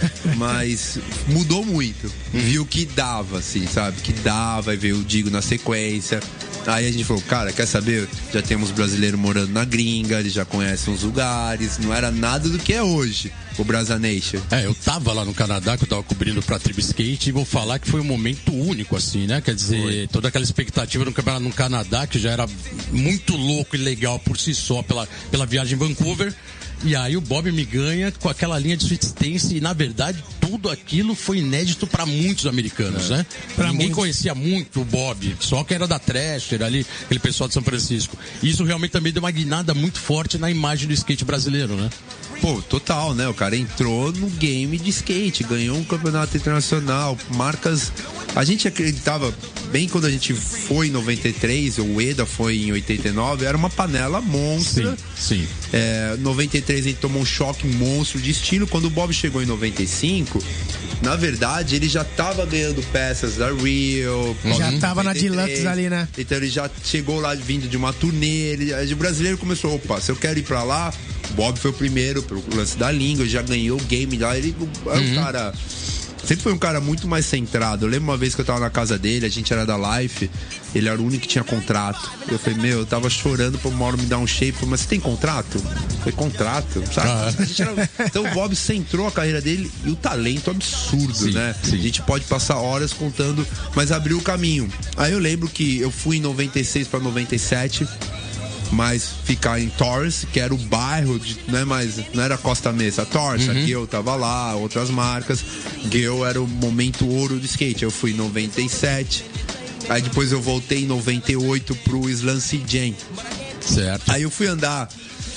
Mas mudou muito. Viu que dava, assim, sabe? Que dava, e veio o Digo na sequência. Aí a gente falou, cara, quer saber? Já temos brasileiro morando na gringa, eles já conhecem os lugares, não era nada do que é hoje, o Brasanation. É, eu tava lá no Canadá, que eu tava cobrindo pra Tribo Skate, e vou falar que foi um momento único, assim, né? Quer dizer, foi. Toda aquela expectativa no campeonato no Canadá, que já era muito louco e legal por si só, pela, pela viagem em Vancouver. E aí o Bob me ganha com aquela linha de sweet stance, e na verdade tudo aquilo foi inédito para muitos americanos, é. né? Pra Ninguém muitos. conhecia muito o Bob, só que era da Thrasher ali, aquele pessoal de São Francisco. E isso realmente também deu uma guinada muito forte na imagem do skate brasileiro, né? Pô, total, né? O cara entrou no game de skate, ganhou um campeonato internacional, marcas... A gente acreditava, bem quando a gente foi em noventa e três, o Eda foi em oitenta e nove, era uma panela monstra. Sim, sim. É, noventa e três a gente tomou um choque monstro de estilo. Quando o Bob chegou em noventa e cinco, na verdade, ele já tava ganhando peças da Rio. Já uhum. tava na Deluxe ali, né? Então ele já chegou lá vindo de uma turnê. Ele, o brasileiro começou, opa, se eu quero ir pra lá, o Bob foi o primeiro pelo lance da língua, já ganhou o game lá. Ele é um uhum. cara... Sempre foi um cara muito mais centrado. Eu lembro uma vez que eu tava na casa dele, a gente era da Life, ele era o único que tinha contrato. Eu falei, meu, eu tava chorando pra uma hora me dar um shape. Falei, mas você tem contrato? Eu falei, contrato? Sabe? Ah. A gente era... Então o Bob centrou a carreira dele e o talento absurdo, sim, né? Sim. A gente pode passar horas contando, mas abriu o caminho. Aí eu lembro que eu fui em noventa e seis pra noventa e sete, mas ficar em Torrance, que era o bairro, de, não, é mais, não era Costa Mesa, Torrance, uhum. a Gale tava lá, outras marcas. Gale era o momento ouro do skate. Eu fui em noventa e sete, aí depois eu voltei em noventa e oito pro Slam C J. Certo. Aí eu fui andar,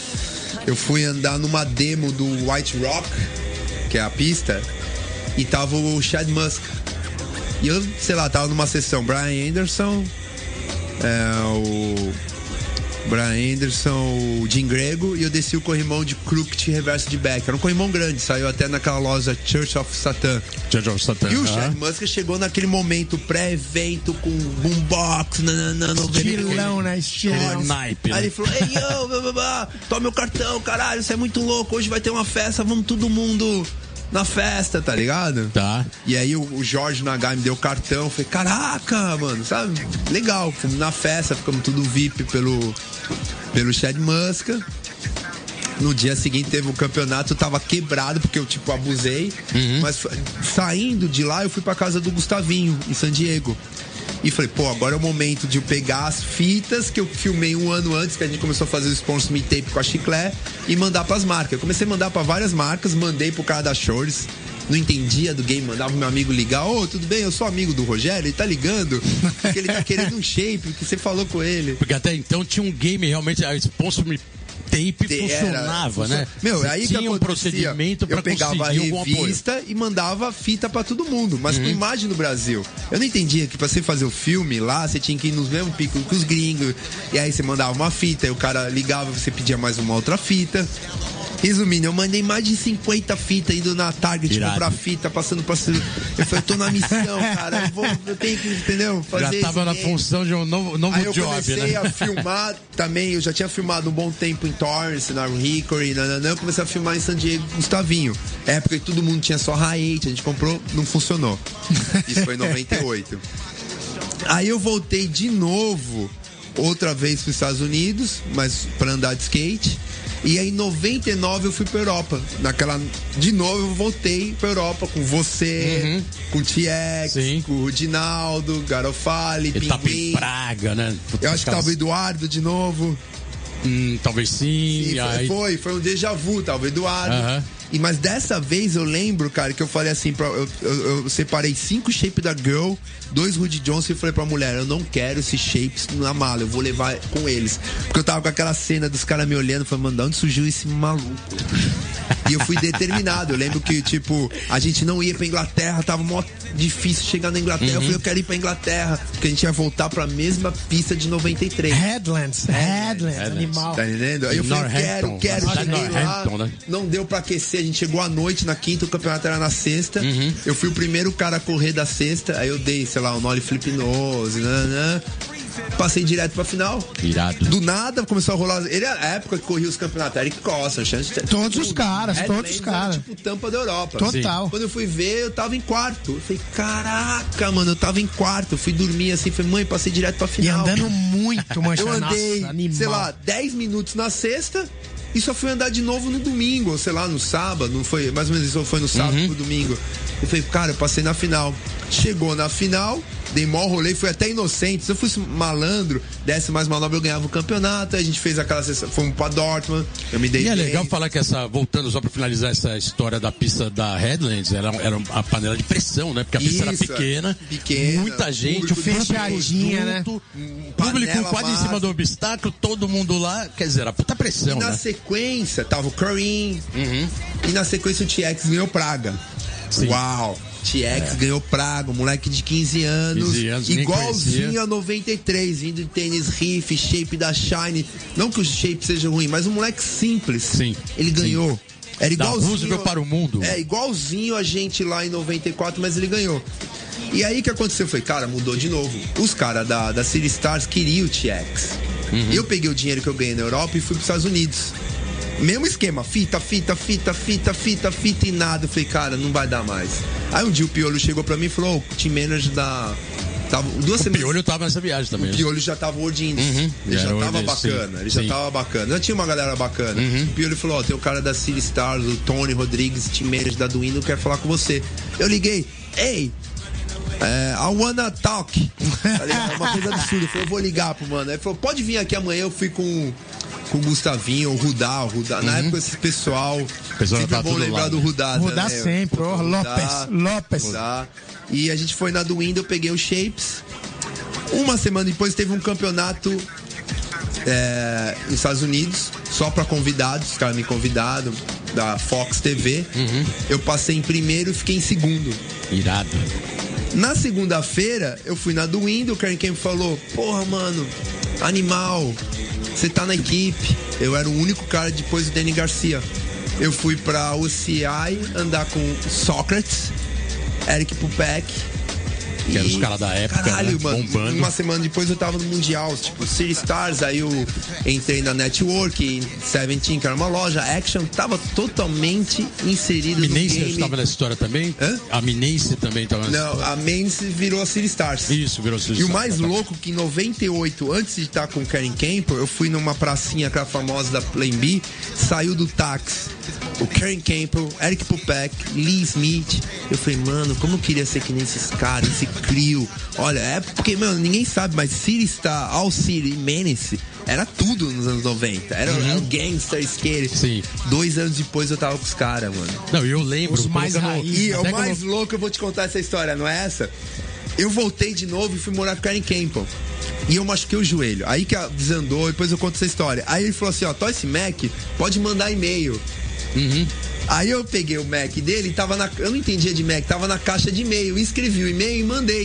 eu fui andar numa demo do White Rock, que é a pista, e tava o Chad Muska. E eu, sei lá, tava numa sessão Brian Anderson, é, o Brian Anderson, o Jim Grego, e eu desci o corrimão de Crooked reverso de back. Era um corrimão grande, saiu até naquela loja Church of Satan. Church of Satan. E o Chad uh-huh. Muska chegou naquele momento pré-evento com boombox, nananana, estilão, né? Estilão. Naipe, né? Aí ele falou, ei, yo, blá, blá, blá, toma meu cartão, caralho, você é muito louco, hoje vai ter uma festa, vamos todo mundo na festa, tá ligado? Tá. E aí o, o Jorge Nagai me deu o cartão, eu falei, caraca, mano, sabe? Legal, fomos na festa, ficamos tudo V I P pelo, pelo Chad Muska. No dia seguinte teve um campeonato, eu tava quebrado porque eu, tipo, abusei. Uhum. Mas saindo de lá, eu fui pra casa do Gustavinho, em San Diego. E falei, pô, agora é o momento de eu pegar as fitas que eu filmei um ano antes, que a gente começou a fazer o sponsor me tape com a Chiclé, e mandar pras marcas. Eu comecei a mandar pra várias marcas, mandei pro cara da Shores, não entendia do game, mandava pro meu amigo ligar, ô, oh, tudo bem, eu sou amigo do Rogério, ele tá ligando, porque ele tá querendo um shape, que você falou com ele. Porque até então tinha um game realmente, a sponsor me tape funcionava, era, né? Meu, você aí tinha que um procedimento para conseguir algum apoio. Eu pegava a revista e mandava fita pra todo mundo, mas uhum. com imagem no Brasil. Eu não entendia que pra você fazer o filme lá, você tinha que ir nos mesmos picos que os gringos, e aí você mandava uma fita, e o cara ligava, você pedia mais uma outra fita. Resumindo, eu mandei mais de cinquenta fitas indo na Target Irado. comprar fita, passando pra... Eu falei, eu tô na missão, cara. Eu, vou, eu tenho que, entendeu? Fazer Já tava na game. função de um novo, novo Aí eu job, comecei né? a filmar também, eu já tinha filmado um bom tempo em Torrance, na Hickory, nananã, eu comecei a filmar em San Diego com Gustavinho. Época que todo mundo tinha só Hi oito, a gente comprou, não funcionou. Isso foi em noventa e oito. Aí eu voltei de novo, outra vez para os Estados Unidos, mas para andar de skate. E aí em noventa e nove eu fui pra Europa. Naquela, de novo eu voltei pra Europa com você, Uhum. com o T X, Sim. com o Rudinaldo, Garofali, Ele tava em Pinguim. Praga, né? Eu acho que tava o Eduardo de novo. Hum, talvez sim. Sim, foi, aí... foi, foi um déjà vu, tava o Eduardo. Aham. E, mas dessa vez eu lembro, cara, que eu falei assim, pra, eu, eu, eu separei cinco shapes da Girl, dois Rudy Johnson e falei pra mulher, eu não quero esses shapes na mala, eu vou levar com eles. Porque eu tava com aquela cena dos caras me olhando, falando, mano, de onde surgiu esse maluco? E eu fui determinado, eu lembro que, tipo, a gente não ia pra Inglaterra, tava mó difícil chegar na Inglaterra, uhum. Eu falei, eu quero ir pra Inglaterra, porque a gente ia voltar pra mesma pista de noventa e três. Headlands, Headlands, Headlands. animal. Tá entendendo? Aí eu falei, eu quero, quero, cheguei lá, né? não deu pra aquecer, a gente chegou à noite na quinta, o campeonato era na sexta, uhum. Eu fui o primeiro cara a correr da sexta, aí eu dei, sei lá, um nollie flip nose, nanã. Passei direto pra final. Irado. Do nada começou a rolar. Ele era a época que corria os campeonatos. Eric Costa, chance de... Todos os caras, todos os caras. Tipo tampa da Europa. Total. Sim. Quando eu fui ver, eu tava em quarto. Eu falei, caraca, mano, eu tava em quarto. Eu fui dormir assim, falei, mãe, passei direto pra final. E andando muito, mancha. Eu andei, Nossa, animal. sei lá, dez minutos na sexta. E só fui andar de novo no domingo, ou sei lá, no sábado, não foi, mais ou menos isso, foi no sábado uhum. pro domingo. Eu falei, cara, eu passei na final. Chegou na final, dei mó rolê, fui até inocente. Se eu fosse malandro, desse mais manobra, eu ganhava o campeonato. A gente fez aquela sessão, fomos pra Dortmund, eu me dei E é bem. legal falar que essa, voltando só pra finalizar essa história da pista da Headlands, era, era a panela de pressão, né? Porque a pista Isso, era pequena, pequena, muita gente, o público fechadinha, né? junto, público Panela quase massa. em cima do obstáculo, todo mundo lá, quer dizer, era puta pressão, E na né? sequência, tava o Karim, Uhum. e na sequência o T X ganhou Praga. Sim. Uau! T X é. ganhou Praga, um moleque de quinze anos, quinze anos igualzinho a noventa e três, vindo de tênis riff, shape da Shine. Não que o shape seja ruim, mas um moleque simples. Sim. Ele ganhou. Sim. Era Da igualzinho. Roosevelt para o mundo. É, igualzinho a gente lá em noventa e quatro, mas ele ganhou. E aí o que aconteceu? Foi, cara, mudou de novo. Os caras da, da City Stars queriam o T X. Uhum. Eu peguei o dinheiro que eu ganhei na Europa e fui para os Estados Unidos. Mesmo esquema, fita, fita, fita, fita, fita, fita e nada. Eu falei, cara, não vai dar mais. Aí um dia o Piolho chegou pra mim e falou, oh, o team manager da... Tava, duas o semanas... Piolho tava nessa viagem também. O Piolho já tava World Indies. Uhum. Ele já, já tava World, bacana, sim. ele já Sim. tava bacana. Já tinha uma galera bacana. Uhum. O Piolho falou, ó, oh, tem o cara da City Stars, o Tony Rodrigues, team manager da Duino, quer falar com você. Eu liguei, ei... É, I wanna talk. Tá ligado? Uma coisa absurda. Eu falei, eu vou ligar pro mano. Ele falou, pode vir aqui amanhã. Eu fui com, com o Gustavinho, o Rudá, o Rudá. Na uhum. época, esse pessoal. pessoal sempre é tá bom lembrar lá, do Rudá. Rudá também. sempre, oh, Lopes, Lopes. Rudá. E a gente foi na do Window, eu peguei os shapes. Uma semana depois teve um campeonato é, nos Estados Unidos, só pra convidados. Os caras me convidaram, da Fox T V. Uhum. Eu passei em primeiro e fiquei em segundo. Irado. Na segunda-feira, eu fui na do Window, o Karen Kemp falou, porra, mano, animal, você tá na equipe. Eu era o único cara depois do Danny Garcia. Eu fui pra O C I andar com Sócrates, Eric Pupek. Que eram os caras da época, caralho, né? mano, Bombando. uma semana depois eu tava no Mundial, tipo, City Stars, aí eu entrei na Network, Seventeen, que era uma loja, Action, tava totalmente inserido no Minense game. estava nessa história também? Hã? A Minense também estava nessa Não, história. a Men's virou a City Stars. Isso, virou City E o Stars, mais tá, tá. louco que em noventa e oito, antes de estar com o Karen Campbell, eu fui numa pracinha, aquela famosa da Plan B, saiu do táxi o Karen Campbell, Eric Pupek, Lee Smith. Eu falei, mano, como eu queria ser que nem esses caras, esse Crio. Olha, é porque, mano, ninguém sabe, mas City Star, All City e Menace era tudo nos anos noventa. Era, Uhum. era o gangster, skate. Sim. Dois anos depois eu tava com os caras, mano. Não, eu lembro. Os mais colocando- raiz. E até o mais quando- louco, eu vou te contar essa história, não é essa? Eu voltei de novo e fui morar com o Karen Campbell. E eu machuquei o joelho. Aí que desandou, depois eu conto essa história. Aí ele falou assim, ó, tó esse Mac, pode mandar e-mail. Uhum. Aí eu peguei o Mac dele e tava na... Eu não entendia de Mac, tava na caixa de e-mail. Escrevi o e-mail e mandei.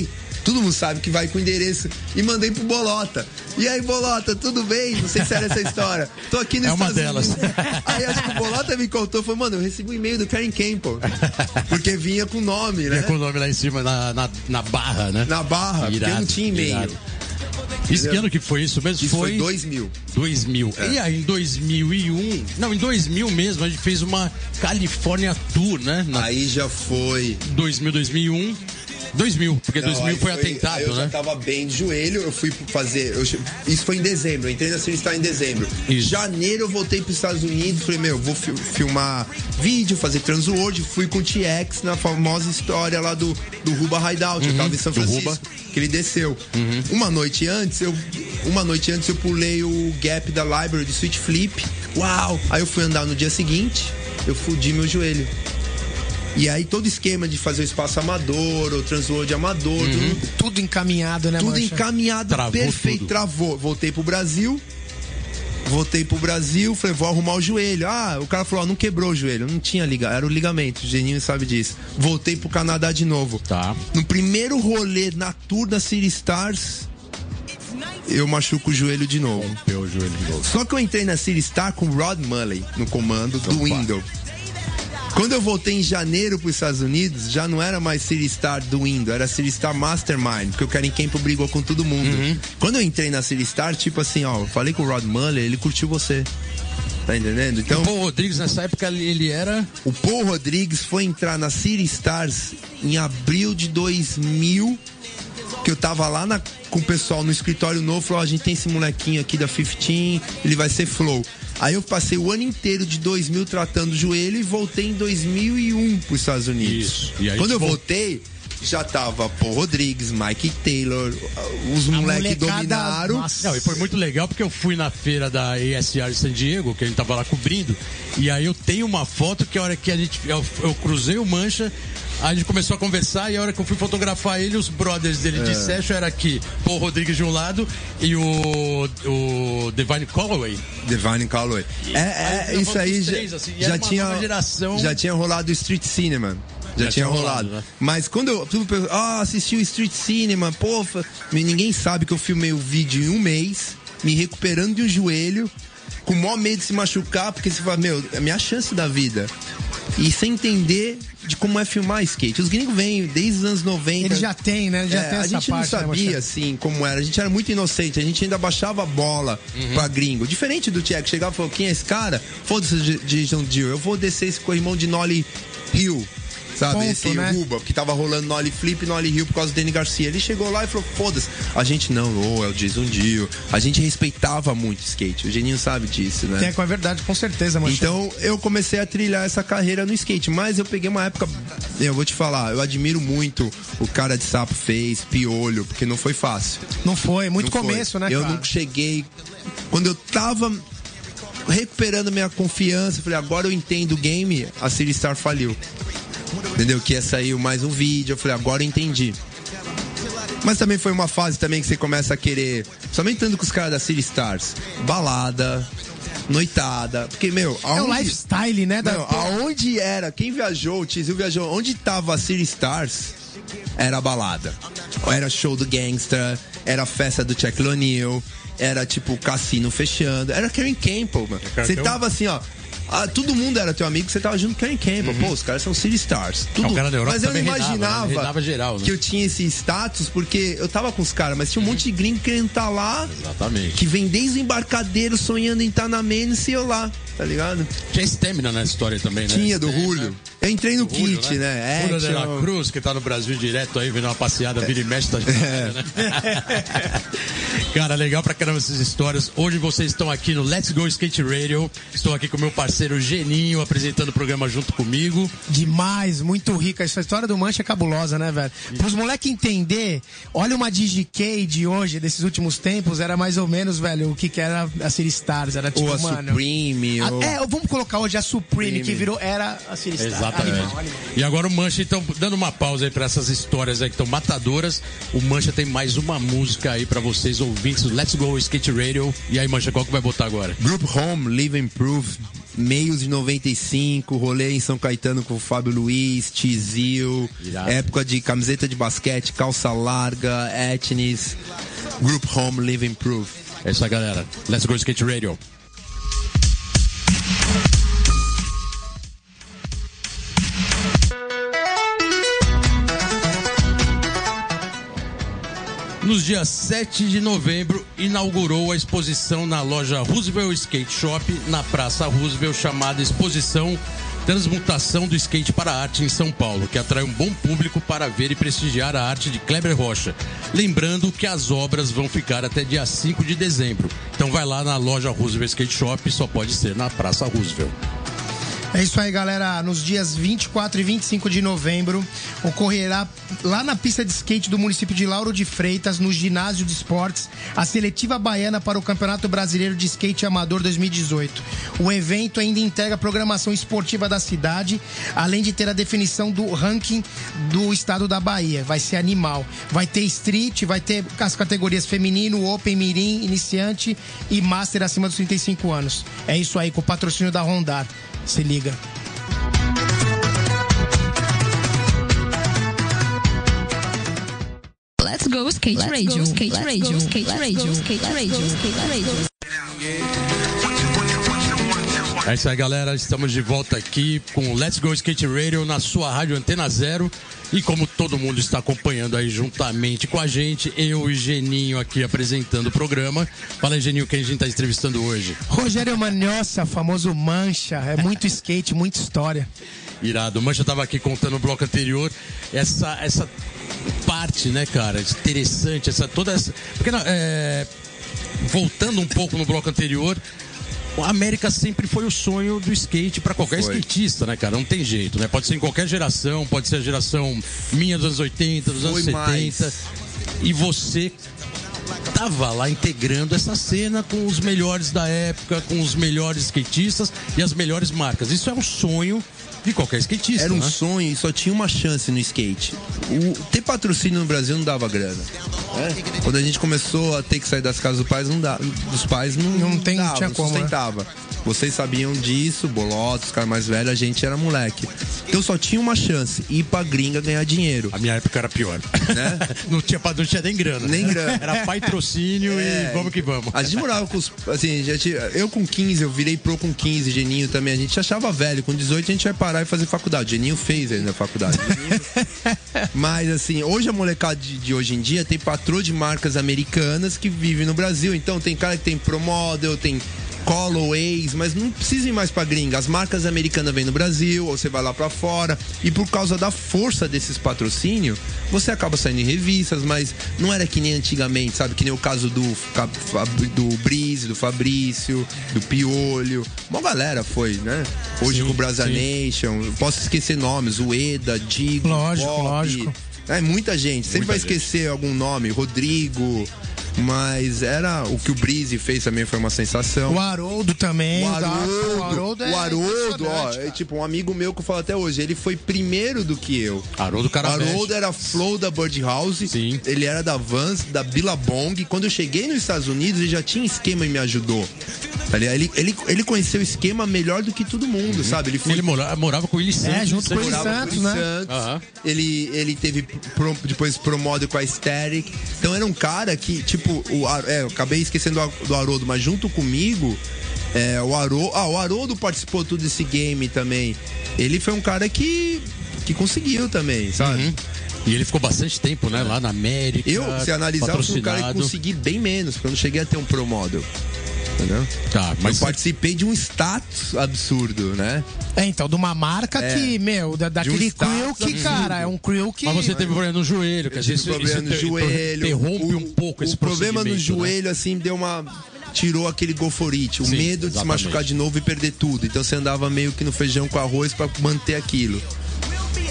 Todo mundo sabe que vai com o endereço. E mandei pro Bolota. E aí, Bolota, tudo bem? Não sei se era essa história. Tô aqui no É uma Estados delas. Unidos. Aí acho que o Bolota me contou, falou, mano, eu recebi um e-mail do Karen Campbell. Porque vinha com nome, né? Vinha com o nome lá em cima, na, na, na barra, né? Na barra, Irado, porque não tinha e-mail. irado. Isso que ano que foi isso mesmo? Isso foi foi dois mil. dois mil. É. E aí, em dois mil e um, não, em dois mil mesmo, a gente fez uma California Tour, né? Na Aí já foi... dois mil, dois mil e um. dois mil, porque Não, dois mil foi, foi atentado, aí eu né? já tava bem de joelho, eu fui fazer. Eu, isso foi em dezembro, eu entrei na Sinistar em dezembro. Em janeiro eu voltei pros Estados Unidos, falei, meu, vou fi, filmar vídeo, fazer Transworld, fui com o T X na famosa história lá do, do Ruba Hideout, uhum, eu tava em São Francisco, que ele desceu. Uhum. Uma noite antes, eu. Uma noite antes eu pulei o gap da library de Switch Flip. Uau! Aí eu fui andar no dia seguinte, eu fudi meu joelho. E aí todo esquema de fazer o espaço amador, ou Transworld amador, uhum. tudo, tudo encaminhado, né, Tudo Mancha? encaminhado, travou perfeito, tudo. Travou. Voltei pro Brasil, voltei pro Brasil, falei, vou arrumar o joelho. Ah, o cara falou, ó, não quebrou o joelho, não tinha ligamento, era o ligamento, o Geninho sabe disso. Voltei pro Canadá de novo. Tá. No primeiro rolê na tour da City Stars, eu machuco o joelho de novo. Rompeu o joelho de novo. Só que eu entrei na City Star com o Rod Mulley no comando do Opa. Windows. Quando eu voltei em janeiro para os Estados Unidos, já não era mais City Star do Windows, era City Star Mastermind, porque o Karen Campbell brigou com todo mundo. Uhum. Quando eu entrei na City Star, tipo assim, ó, falei com o Rod Mulley, ele curtiu você. Tá entendendo? Então, o Paul Rodrigues, nessa época, ele era... O Paul Rodrigues foi entrar na City Stars em abril de dois mil, que eu tava lá na, com o pessoal no escritório novo, falou, ó, a gente tem esse molequinho aqui da quinze, ele vai ser flow. Aí eu passei o ano inteiro de dois mil tratando o joelho e voltei em dois mil e um para os Estados Unidos. Isso. E aí, quando eu tipo... voltei, já tava Paul Rodrigues, Mike Taylor, os moleques dominaram. Nossa. Não, e foi muito legal porque eu fui na feira da A S R de San Diego, que a gente tava lá cobrindo, e aí eu tenho uma foto que a hora que a gente, eu, eu cruzei o Mancha, a gente começou a conversar e a hora que eu fui fotografar ele, os brothers dele é. de session era aqui, Paul Rodrigues de um lado e o, o Devine Calloway. Devine Calloway. É, é, aí isso aí três, já, assim, já tinha geração... já tinha rolado o Street Cinema. Já, já tinha rolado. rolado né? Mas quando eu tudo, ah, assisti o Street Cinema, pô, ninguém sabe que eu filmei o vídeo em um mês, me recuperando de um joelho, com o maior medo de se machucar, porque você fala, meu, é a minha chance da vida. E sem entender de como é filmar skate. Os gringos vêm desde os anos noventa. Ele já tem, né? Ele já é, tem a essa gente parte, não sabia, né, assim, como era. A gente era muito inocente. A gente ainda baixava a bola uhum. pra gringo. Diferente do Tchek, chegava e falou, quem é esse cara? Foda-se de John Deere. Eu vou descer esse corrimão de Nolly Hill. Sabe, Ponto, esse né? Ruba, que tava rolando no Ollie Flip e no Ollie Hill por causa do Danny Garcia. Ele chegou lá e falou, foda-se, a gente não, oh, é o Jason Dio. A gente respeitava muito o skate, o Geninho sabe disso, né? É, com a verdade, com certeza, Mancha. Então, eu comecei a trilhar essa carreira no skate, mas eu peguei uma época, eu vou te falar, eu admiro muito o cara de sapo fez, piolho, porque não foi fácil. Não foi, muito não começo, foi. né, Eu cara? nunca cheguei, quando eu tava recuperando minha confiança, eu falei, agora eu entendo o game, a City Star faliu. Entendeu? Que ia sair mais um vídeo. Eu falei, agora eu entendi. Mas também foi uma fase também que você começa a querer, somente estando com os caras da City Stars, balada, noitada. Porque, meu, aonde... É o lifestyle, né? Da... Não, aonde era, quem viajou, o Tizil viajou, onde tava a City Stars, era balada. Era show do Gangsta, era festa do Shaquille O'Neal, era tipo cassino fechando, era Karen Campbell, mano. Você tava assim, ó. Ah, todo mundo era teu amigo, você tava junto com Karen Campbell. Uhum. Pô, os caras são City Stars. Tudo. O cara da Europa mas eu não imaginava renava, né? geral, né? que eu tinha esse status, porque eu tava com os caras, mas tinha um monte de gringo querendo estar tá lá. Exatamente. Que vem desde o embarcadeiro sonhando em estar tá na Menace e eu lá, tá ligado? Tinha Stamina na história também, né? Tinha, do Julio. Eu entrei no Julio, kit, né? né? Julio de la Cruz, que tá no Brasil direto aí, vendo uma passeada, vira e mexe, tá de é. né? Cara, legal pra caramba essas histórias. Hoje vocês estão aqui no Let's Go Skate Radio. Estou aqui com o meu parceiro Geninho, apresentando o programa junto comigo. Demais, muito rica. Essa história do Mancha é cabulosa, né, velho? Pros moleques entender, olha uma DigiK de hoje, desses últimos tempos, era mais ou menos, velho, o que que era a City Stars. Era tipo, ou a mano... Supreme. A, ou... É, vamos colocar hoje a Supreme, Supreme, que virou, era a City Stars. Exatamente. Animal, animal. E agora o Mancha, então, dando uma pausa aí pra essas histórias aí que estão matadoras, o Mancha tem mais uma música aí pra vocês, ouvintes do Let's Go Skate Radio. E aí, Mancha, qual que vai botar agora? Group Home, Live and Prove, meios de noventa e cinco, rolê em São Caetano com o Fábio Luiz, Tizil, época de camiseta de basquete, calça larga, etnis. Group Home, Live and Prove. É isso aí, galera. Let's Go Skate Radio. Nos dias sete de novembro, inaugurou a exposição na loja Roosevelt Skate Shop, na Praça Roosevelt, chamada Exposição Transmutação do Skate para a Arte em São Paulo, que atrai um bom público para ver e prestigiar a arte de Kleber Rocha. Lembrando que as obras vão ficar até dia cinco de dezembro. Então vai lá na loja Roosevelt Skate Shop, só pode ser na Praça Roosevelt. É isso aí, galera. Nos dias vinte e quatro e vinte e cinco de novembro, ocorrerá lá na pista de skate do município de Lauro de Freitas, no ginásio de esportes, a seletiva baiana para o Campeonato Brasileiro de Skate Amador dois mil e dezoito. O evento ainda integra a programação esportiva da cidade, além de ter a definição do ranking do estado da Bahia. Vai ser animal. Vai ter street, vai ter as categorias feminino, open, mirim, iniciante e master acima dos trinta e cinco anos. É isso aí, com o patrocínio da Rondar. Se liga. Let's go skate Let's radio, go, skate let's radio, go, skate let's radio, go, skate let's radio, go, skate radio. É isso aí, galera. Estamos de volta aqui com o Let's Go Skate Radio na sua rádio Antena Zero. E como todo mundo está acompanhando aí juntamente com a gente, eu e Geninho aqui apresentando o programa. Fala aí, Geninho, quem a gente está entrevistando hoje? Rogério Manhossa, famoso Mancha. É muito skate, muita história. Irado. O Mancha estava aqui contando no bloco anterior essa, essa parte, né, cara? Interessante, essa toda essa. Porque, é, voltando um pouco no bloco anterior, a América sempre foi o sonho do skate para qualquer foi. skatista, né, cara? Não tem jeito, né? Pode ser em qualquer geração, pode ser a geração minha dos anos oitenta, dos anos setenta. Mais. E você tava lá integrando essa cena com os melhores da época, com os melhores skatistas e as melhores marcas. Isso é um sonho de qualquer skatista. Era um né? sonho e só tinha uma chance no skate. O, ter patrocínio no Brasil não dava grana. É? Quando a gente começou a ter que sair das casas dos pais, não dava, dos pais não, não, tem, dava, tinha não como, sustentava. Né? Vocês sabiam disso, Bolotos, os caras mais velhos, a gente era moleque. Então só tinha uma chance, ir pra gringa ganhar dinheiro. A minha época era pior. Né? não, tinha, não tinha nem grana. Nem grana. Era patrocínio é, e vamos que vamos. A gente morava com os. Assim, já tinha, eu com quinze, eu virei pro com quinze, Geninho também. A gente achava velho. Com dezoito a gente vai parar e fazer faculdade. Geninho fez ainda a faculdade. Geninho... Mas assim, hoje a molecada de, de hoje em dia tem patrô de marcas americanas que vivem no Brasil. Então tem cara que tem Pro Model, tem Callaway's, mas não precisa ir mais pra gringa. As marcas americanas vêm no Brasil, ou você vai lá pra fora. E por causa da força desses patrocínios, você acaba saindo em revistas, mas não era que nem antigamente, sabe? Que nem o caso do, do Breeze, do Fabrício, do Piolho. Uma galera foi, né? Hoje sim, com o Brasa Nation. Posso esquecer nomes, o Eda, Digo, lógico, Bob. lógico. É muita gente, sempre muita vai esquecer gente. Algum nome, Rodrigo. Mas era o que o Breeze fez também, foi uma sensação. O Haroldo também. O Haroldo, o Haroldo, é o Haroldo ó, é tipo um amigo meu que eu falo até hoje. Ele foi primeiro do que eu. Haroldo Carabete. O Haroldo era flow da Birdhouse. Sim. Ele era da Vans, da Billabong. Quando eu cheguei nos Estados Unidos, ele já tinha esquema e me ajudou. Ele, ele, ele conheceu o esquema melhor do que todo mundo, uhum. sabe? Ele, foi... ele morava, morava com o Willi Santos. É, junto com o Willi Santos, né? Santos. Uhum. Ele, ele teve pro, depois Promodel com a Aesthetic. Então era um cara que, tipo, o, é, eu acabei esquecendo do Haroldo, mas junto comigo, é, o Haroldo. Ah, o Haroldo participou tudo desse game também. Ele foi um cara que, que conseguiu também, sabe? Uhum. E ele ficou bastante tempo, né? Lá na América. Eu, se analisar, eu fui um cara que consegui bem menos, porque eu não cheguei a ter um Pro Model. Entendeu? Tá, mas eu participei de um status absurdo, né? É, então, de uma marca é, que, meu, da, daquele um crew que, absurdo. Cara, é um crew que... Mas você teve problema no joelho, que às vezes problema no joelho, interrompe o, um pouco esse o problema no joelho, né? assim, deu uma... Tirou aquele go for it, o Sim, medo de exatamente. Se machucar de novo e perder tudo. Então você andava meio que no feijão com arroz pra manter aquilo. Entendeu?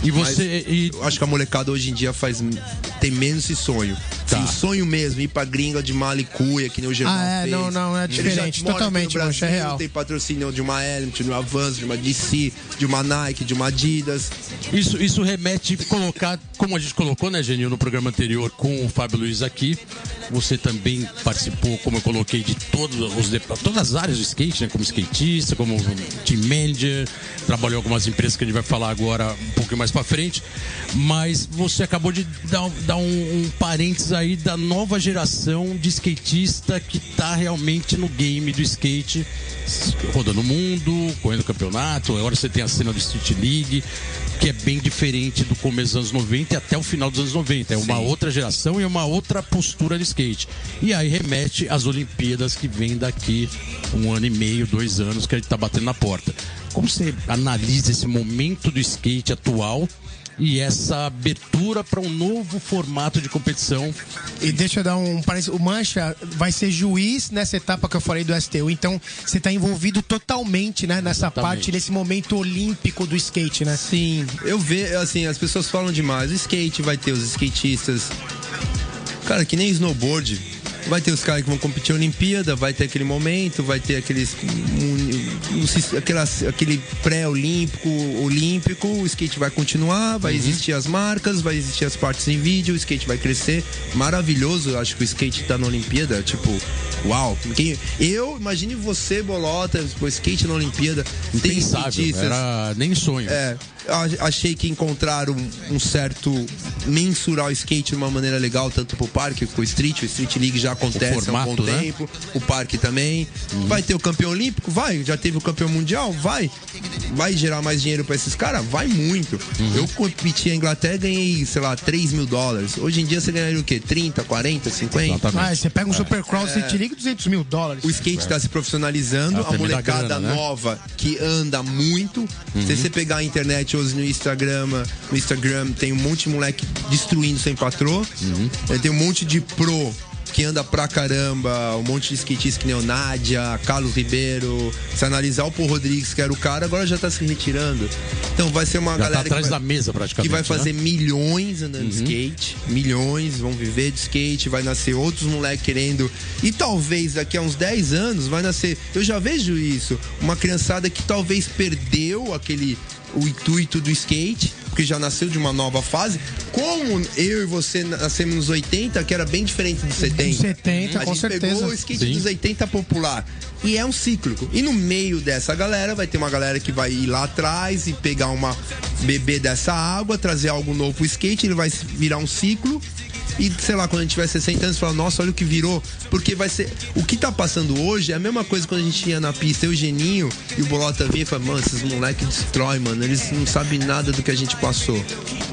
E você. Mas E... eu acho que a molecada hoje em dia faz, tem menos esse sonho. Tá. Tem sonho mesmo, ir pra gringa de mala e cuia, que nem o Germão Ah, é, fez. não, não, é Ele diferente, já mora totalmente, aqui no Mancha, é Brasil, real. tem patrocínio de uma Element, de uma Vans, de uma D C, de uma Nike, de uma Adidas. Isso, isso remete a colocar, como a gente colocou, né, Genil, no programa anterior com o Fábio Luiz aqui. Você também participou, como eu coloquei, de todos os, todas as áreas do skate, né? Como skatista, como team manager, trabalhou em algumas empresas que a gente vai falar agora um pouquinho mais pra frente. Mas você acabou de dar, dar um, um parênteses aí da nova geração de skatista que tá realmente no game do skate, rodando o mundo, correndo campeonato. Agora você tem a cena do Street League, que é bem diferente do começo dos anos noventa e até o final dos anos noventa. É uma Sim. outra geração e uma outra postura de skate. E aí remete às Olimpíadas que vem daqui um ano e meio, dois anos que a gente tá batendo na porta. Como você analisa esse momento do skate atual e essa abertura para um novo formato de competição? E deixa eu dar um parênteses. O Mancha vai ser juiz nessa etapa que eu falei do S T U. Então, você está envolvido totalmente, né, nessa Exatamente. parte, nesse momento olímpico do skate, né? Sim, eu vejo, assim, as pessoas falam demais. O skate vai ter os skatistas. Cara, que nem snowboard. Vai ter os caras que vão competir na Olimpíada, vai ter aquele momento, vai ter aqueles. Um, um, aquelas, aquele pré-olímpico, olímpico, o skate vai continuar, vai uhum. existir as marcas, vai existir as partes em vídeo, o skate vai crescer. Maravilhoso, eu acho que o skate tá na Olimpíada, tipo, uau. Quem, eu, imagine você, Bolota, o skate na Olimpíada. Tem skatistas. Era nem sonho. É. Achei que encontraram um certo mensurar o skate de uma maneira legal, tanto pro parque quanto pro street. O Street League já acontece formato, há um bom né? tempo. O parque também. Uhum. Vai ter o campeão olímpico? Vai. Já teve o campeão mundial? Vai. Vai gerar mais dinheiro pra esses caras? Vai muito. Uhum. Eu competi na Inglaterra e ganhei, sei lá, três mil dólares. Hoje em dia você ganharia o quê? trinta, quarenta, cinquenta? Ah, você pega um é. Supercross é. Street League, duzentos mil dólares. O skate está é. se profissionalizando. A molecada grana, né? nova que anda muito. Uhum. Se você pegar a internet hoje no Instagram, no Instagram tem um monte de moleque destruindo sem patrô. Uhum. Tem um monte de pro que anda pra caramba, um monte de skatistas que nem o Nádia, Carlos Ribeiro. Se analisar o Paul Rodrigues, que era o cara, agora já tá se retirando. Então vai ser uma já galera tá atrás que vai, da mesa praticamente, que vai fazer né? milhões andando de uhum. skate, milhões, vão viver de skate, vai nascer outros moleques querendo, e talvez daqui a uns dez anos vai nascer, eu já vejo isso, uma criançada que talvez perdeu aquele o intuito do skate, porque já nasceu de uma nova fase, como eu e você nascemos nos oitenta, que era bem diferente dos setenta. setenta, a com gente certeza. pegou o skate Sim. dos oitenta popular. E é um cíclico. E no meio dessa galera, vai ter uma galera que vai ir lá atrás e pegar uma... beber dessa água, trazer algo novo pro skate, ele vai virar um ciclo. E, sei lá, quando a gente tiver sessenta anos, falar, nossa, olha o que virou. Porque vai ser... O que tá passando hoje é a mesma coisa quando a gente ia na pista, eu, o Geninho e o Bolota vinha e falava, mano, esses moleques destroem, mano. Eles não sabem nada do que a gente passou.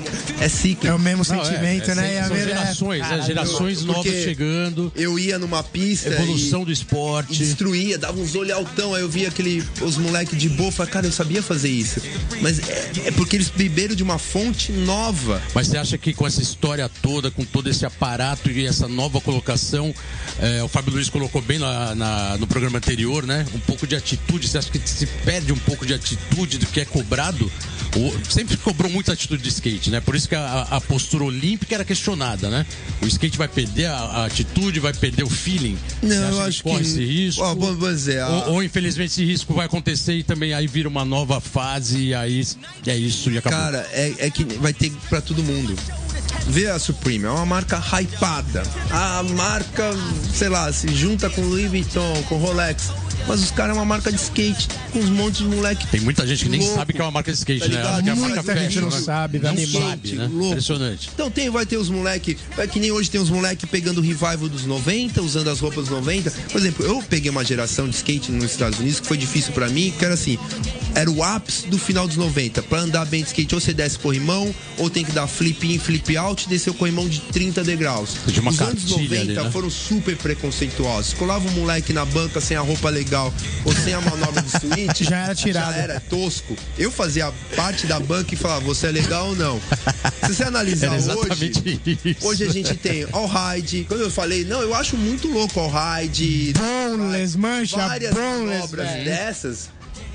É ciclo. É o mesmo não, sentimento, é, é, né? São é, gerações, é, né? Gerações novas chegando. Eu ia numa pista evolução e, do esporte. E destruía, dava uns olhaltão. Aí eu via aquele, os moleques de boa, falei, cara, eu sabia fazer isso. Mas é, é porque eles beberam de uma fonte nova. Mas você acha que com essa história toda, com todo esse aparato e essa nova colocação, é, o Fábio Luiz colocou bem na, na, no programa anterior, né? Um pouco de atitude. Você acha que se perde um pouco de atitude do que é cobrado? Ou, sempre cobrou muita atitude de skate, né? Por isso que a, a postura olímpica era questionada, né? O skate vai perder a, a atitude, vai perder o feeling. Não, eu acho que... corre esse risco. Oh, vou dizer, a... ou, ou infelizmente esse risco vai acontecer e também aí vira uma nova fase e aí é isso e acabou. Cara, é, é que vai ter pra todo mundo. Vê a Supreme, é uma marca hypada. A marca, sei lá, se junta com Louis Vuitton, com Rolex. Mas os caras é uma marca de skate com uns montes de moleque. Tem muita gente que nem louco, sabe que é uma marca de skate, tá né? ligado? Que é a Muita marca gente fashion, não né? sabe, não animal. sabe, né? Louco. Impressionante. Então tem, vai ter os moleque, é que nem hoje tem os moleque pegando o revival dos noventa, usando as roupas dos noventa. Por exemplo, eu peguei uma geração de skate nos Estados Unidos que foi difícil pra mim, que era assim, era o ápice do final dos noventa. Pra andar bem de skate, ou você desce corrimão, ou tem que dar flip in, flip out e descer o corrimão de trinta degraus. De uma Os anos noventa ali, né? foram super preconceituosos. Colava um moleque na banca sem a roupa legal ou sem a manobra de switch, já era tirado. Já era tosco. Eu fazia parte da banca e falava, você é legal ou não? Se você analisar hoje, isso. hoje a gente tem All-Ride. Quando eu falei, não, eu acho muito louco All-Ride. Boneless, mancha, várias boneless, manobras velho. dessas.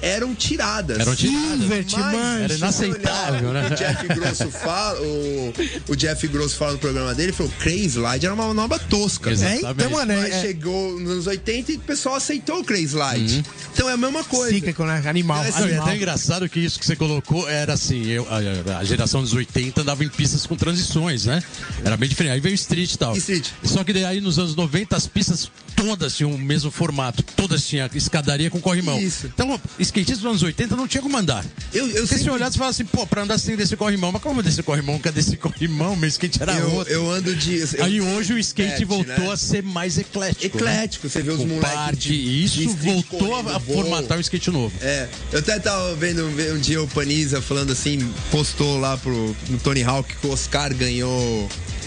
eram tiradas. Eram tiradas. Invert, Mas, Era inaceitável, né? O Jeff Grosso fala, o, o Jeff Grosso fala no programa dele, falou, Crazy Slide era uma manobra tosca. Exatamente. É, então, mano, Mas é, chegou nos anos oitenta e o pessoal aceitou o Crazy Slide. Uhum. Então é a mesma coisa. cíclico, né? Animal. É, Não, é animal. até engraçado que isso que você colocou era assim, eu, a, a geração dos oitenta andava em pistas com transições, né? Era bem diferente. Aí veio o street e tal. Street. Só que daí nos anos noventa as pistas todas tinham o mesmo formato, todas tinham escadaria com corrimão. Isso. Então, skatistas dos anos oitenta não tinha como andar. Eu, eu Porque sempre... se olhar, você fala assim, pô, pra andar sem desse corrimão, mas como eu vou descer corrimão? Cadê esse corrimão? Meu skate era eu, outro. eu ando de... Eu, Aí hoje o skate skate, voltou né? a ser mais eclético. Eclético, você vê os Com moleques parte, de- e isso de street voltou a, a correndo bowl. formatar o skate novo. É, eu até tava vendo um dia o Panisa falando assim, postou lá pro no Tony Hawk que o Oscar ganhou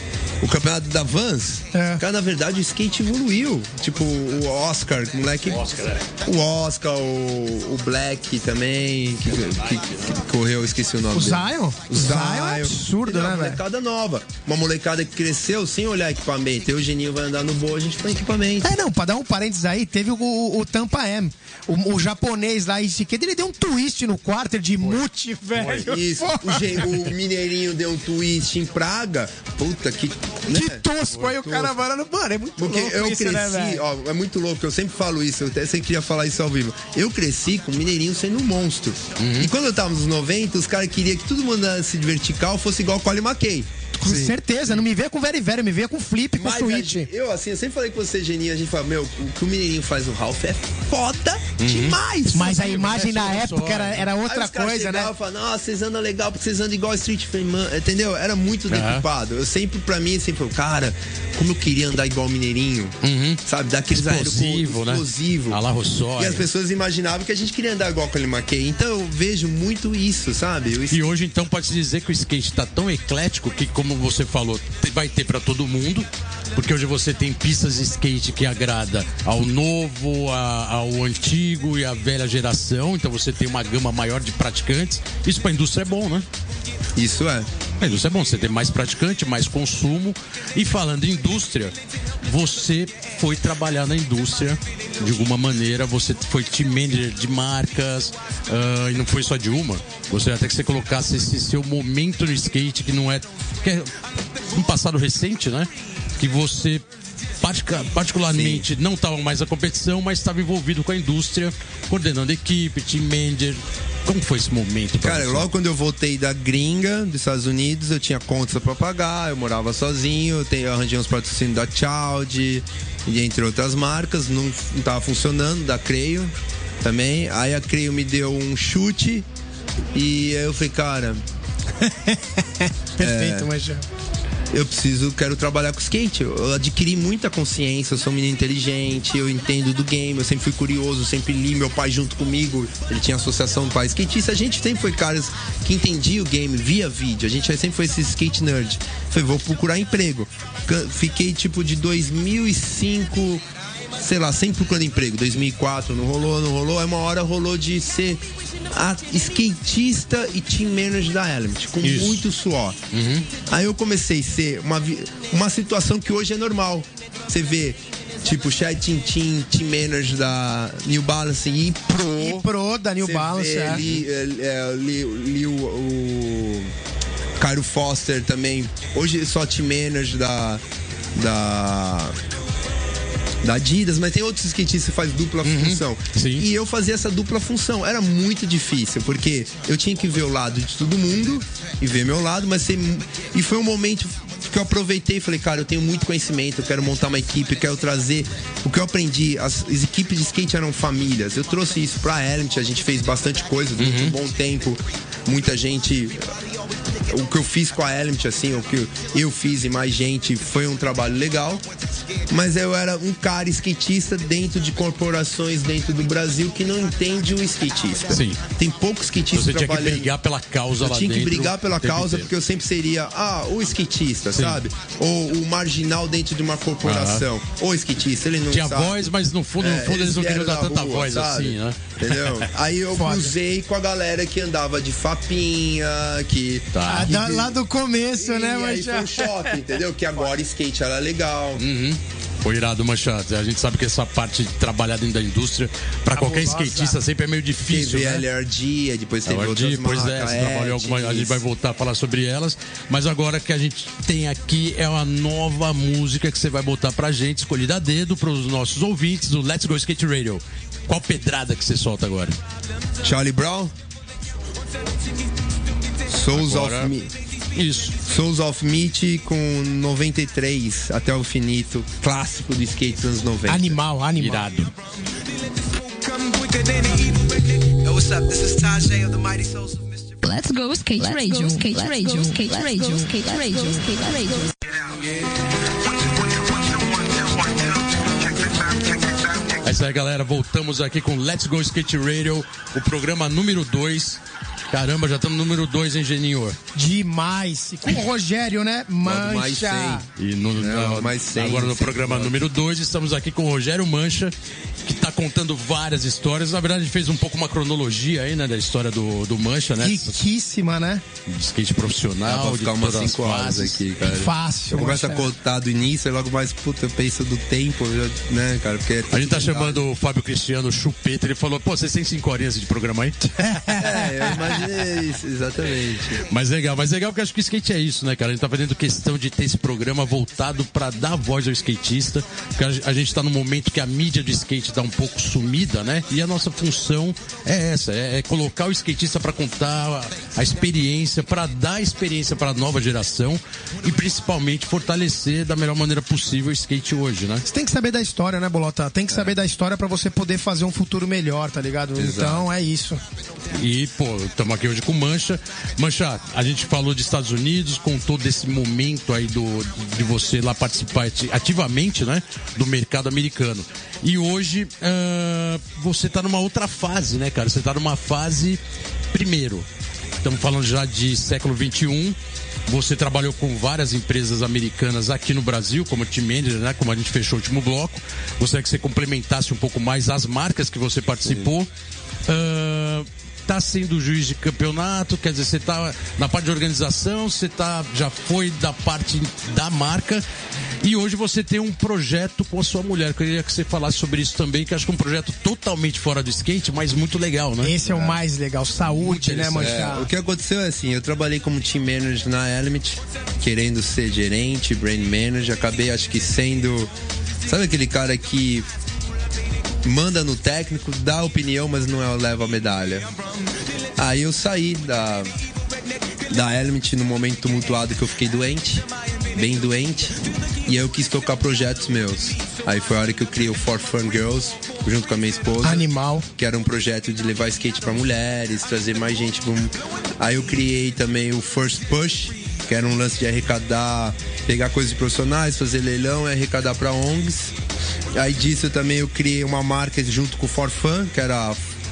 o campeonato da Vans. É. Cara, na verdade o skate evoluiu. Tipo, o Oscar, o moleque. Oscar, é. O Oscar, o, o Black também, que, que- que correu, eu esqueci o nome O dele. Zion? O O Zion é absurdo, Entendeu? né, Uma velho? molecada nova. Uma molecada que cresceu sem olhar equipamento. E o Geninho vai andar no boa, a gente põe equipamento. É, não, pra dar um parênteses aí, teve o, o, o Tampa M. O, o japonês lá, esse ele deu um twist no quarter de mute, velho. Isso, Porra. o, Gen- o Mineirinho deu um twist em Praga. Puta que. Né? Que tosco, aí o cara vai lá no... Mano, é muito Porque louco eu isso, cresci, né, velho? ó, é muito louco, eu sempre falo isso, eu até sempre queria falar isso ao vivo. Eu cresci com o Mineirinho sendo um monstro. Uhum. E quando eu tava nos noventa, os caras queriam que todo mundo andasse de vertical fosse igual o Colin McKay. Com certeza, não me vê com very very, me vê com flip, com Mas a switch. gente- eu, assim, eu sempre falei com você, Geninho, a gente fala, meu, o que o Mineirinho faz no Ralph é foda demais. Mas a imagem na olha época só, era, era Aí outra os caras coisa, né? chegavam e falavam, nossa, vocês andam legal porque vocês andam igual Street Fighter, entendeu? Era muito decupado. Eu sempre, pra mim, sempre falei, cara, como eu queria andar igual o Mineirinho, sabe? Daqueles Explosivo, né? explosivo. A la Rossói. E as pessoas imaginavam que a gente queria andar igual com o Colin McKay. Então eu vejo muito isso, sabe? Eu, E hoje, então, pode-se dizer que o skate tá tão eclético que, como você falou, te- vai ter pra todo mundo. Porque hoje você tem pistas de skate que agrada ao novo, a- ao antigo e à velha geração. Então você tem uma gama maior de praticantes. Isso pra indústria é bom, né? Isso é. A indústria é bom, você tem mais praticante, mais consumo. E falando em indústria, você foi trabalhar na indústria de alguma maneira, você foi team manager de marcas, ah, e não foi só de uma. Gostaria até que você colocasse esse seu momento no skate, que não é. Que é um passado recente, né? Que você partica- particularmente não estava mais na competição, mas estava envolvido com a indústria, coordenando equipe, team manager. Como foi esse momento pra Cara, você? logo quando eu voltei da gringa, dos Estados Unidos, eu tinha contas pra pagar, eu morava sozinho, eu, te- eu arranjei uns patrocínios da Child, e entre outras marcas, não, não tava funcionando, da Creio também. Aí a Creio me deu um chute e aí eu falei, cara, Perfeito, mas já. eu preciso, quero trabalhar com skate. Eu adquiri muita consciência, eu sou um menino inteligente, eu entendo do game, eu sempre fui curioso, sempre li, meu pai junto comigo, ele tinha associação do pai skatista, a gente sempre foi caras que entendia o game via vídeo, a gente sempre foi esse skate nerd. Falei, vou procurar emprego. Ca- Fiquei tipo de dois mil e cinco, sei lá, sempre procurando emprego. dois mil e quatro, não rolou, não rolou. Aí uma hora rolou de ser a skatista e team manager da Element, com Isso. muito suor. Aí eu comecei a ser uma, vi- uma situação que hoje é normal. Você vê, tipo, Chad Tintin, team manager da New Balance e pro. E pro da New Você Balance, vê é. ali, é, é, ali, ali o, o Cairo Foster também. Hoje só team manager da. Da. Da Adidas, mas tem outros skatistas que faz dupla função. sim. E eu fazia essa dupla função. Era muito difícil, porque eu tinha que ver o lado de todo mundo e ver meu lado, mas ser, e foi um momento que eu aproveitei e falei, cara, eu tenho muito conhecimento, eu quero montar uma equipe, eu quero trazer o que eu aprendi. As, as equipes de skate eram famílias. Eu trouxe isso pra Element, a gente fez bastante coisa durante um bom tempo. Muita gente. O que eu fiz com a Element, assim, o que eu fiz e mais gente, foi um trabalho legal. Mas eu era um cara skatista dentro de corporações dentro do Brasil que não entende o skatista. Sim. Tem poucos skatistas Você tinha que trabalhando. brigar pela causa Eu lá tinha dentro. que brigar pela o tempo causa, inteiro. porque eu sempre seria, ah, o skatista, sabe? Ou o marginal dentro de uma corporação. O skatista, ele não Tinha sabe. voz, mas no fundo, no É, fundo eles não queriam vieram dar da tanta rua, voz sabe? assim, né? Entendeu? Aí eu Foda. cruzei com a galera que andava de fapinha, que. Tá. Ah, da- lá do começo, E né, aí mas foi já. um choque, entendeu? Que agora skate era legal. Pô, irado, Manchado. A gente sabe que essa parte de trabalhar dentro da indústria, pra qualquer skatista, sempre é meio difícil, teve né? L R G, depois teve L R G, outras pois marcas, é, você trabalhou alguma, a gente vai voltar a falar sobre elas. Mas agora que a gente tem aqui é uma nova música que você vai botar pra gente, escolhida a dedo, pros nossos ouvintes do Let's Go Skate Radio. Qual pedrada que você solta agora? Charlie Brown? Souls Agora, of Me. Isso. Souls of Meat com noventa e três até o infinito, clássico do skate dos anos noventa. Animal, animal. Irado. Let's go skate radio, skate radio, skate radio, skate radio, skate radio. É isso aí, galera. Voltamos aqui com Let's Go Skate Radio, o programa número dois. Caramba, já estamos no número dois, hein, Geninho? Demais. E com o Rogério, né? Mais Mancha. E no, Não, no- mais cem, agora no cem programa episódios. número dois, estamos aqui com o Rogério Mancha, que está contando várias histórias. Na verdade, a gente fez um pouco uma cronologia aí, né, da história do, do Mancha, né? Riquíssima, né? De skate Dá profissional, pra de ficar umas todas as cinco horas fases. aqui, cara. Fácil. Eu começo a Mancha. contar do início, e logo mais, puta, eu penso do tempo, eu- né, cara? Porque é A gente tá tudo chamando o Fábio Cristiano Chupeta, ele falou, pô, vocês têm cinco horinhas de programa aí? É, eu imaginei isso, exatamente. Mas legal, mas legal porque acho que o skate é isso, né, cara? A gente tá fazendo questão de ter esse programa voltado pra dar voz ao skatista, porque a- a gente tá num momento que a mídia do skate tá um pouco sumida, né? E a nossa função é essa, é, é colocar o skatista pra contar a, a experiência, pra dar a experiência pra nova geração e principalmente fortalecer da melhor maneira possível o skate hoje, né? Você tem que saber da história, né, Bolota? Tem que saber da história pra você poder fazer um futuro melhor, tá ligado? Então é isso. E, pô, estamos aqui hoje com Mancha. Mancha, a gente falou dos Estados Unidos, contou desse momento aí do, de você lá participar ati- ativamente, né, do mercado americano. E hoje ah, você tá numa outra fase, né, cara? Você tá numa fase, primeiro, estamos falando já de século vinte e um. Você trabalhou com várias empresas americanas aqui no Brasil, como team manager, né? Como a gente fechou o último bloco. Gostaria que você complementasse um pouco mais as marcas que você participou. Ah, tá sendo juiz de campeonato, quer dizer, você tá na parte de organização, você tá, já foi da parte da marca. E hoje você tem um projeto com a sua mulher. Eu queria que você falasse sobre isso também, que eu acho que é um projeto totalmente fora do skate, mas muito legal, né? Esse é o mais legal. Saúde, né, É, Mancha? o que aconteceu é assim, eu trabalhei como team manager na Element, querendo ser gerente, brand manager, acabei acho que sendo, sabe aquele cara que manda no técnico, dá opinião, mas não é- leva a medalha. Aí eu saí da da Element no momento tumultuado que eu fiquei doente, bem doente, e aí eu quis tocar projetos meus. Aí foi a hora que eu criei o For Fun Girls, junto com a minha esposa. Animal. Que era um projeto de levar skate pra mulheres, trazer mais gente pro... Aí eu criei também o First Push, que era um lance de arrecadar, pegar coisas de profissionais, fazer leilão e arrecadar pra O N Gs. Aí disso também eu criei uma marca junto com o For Fun, que era a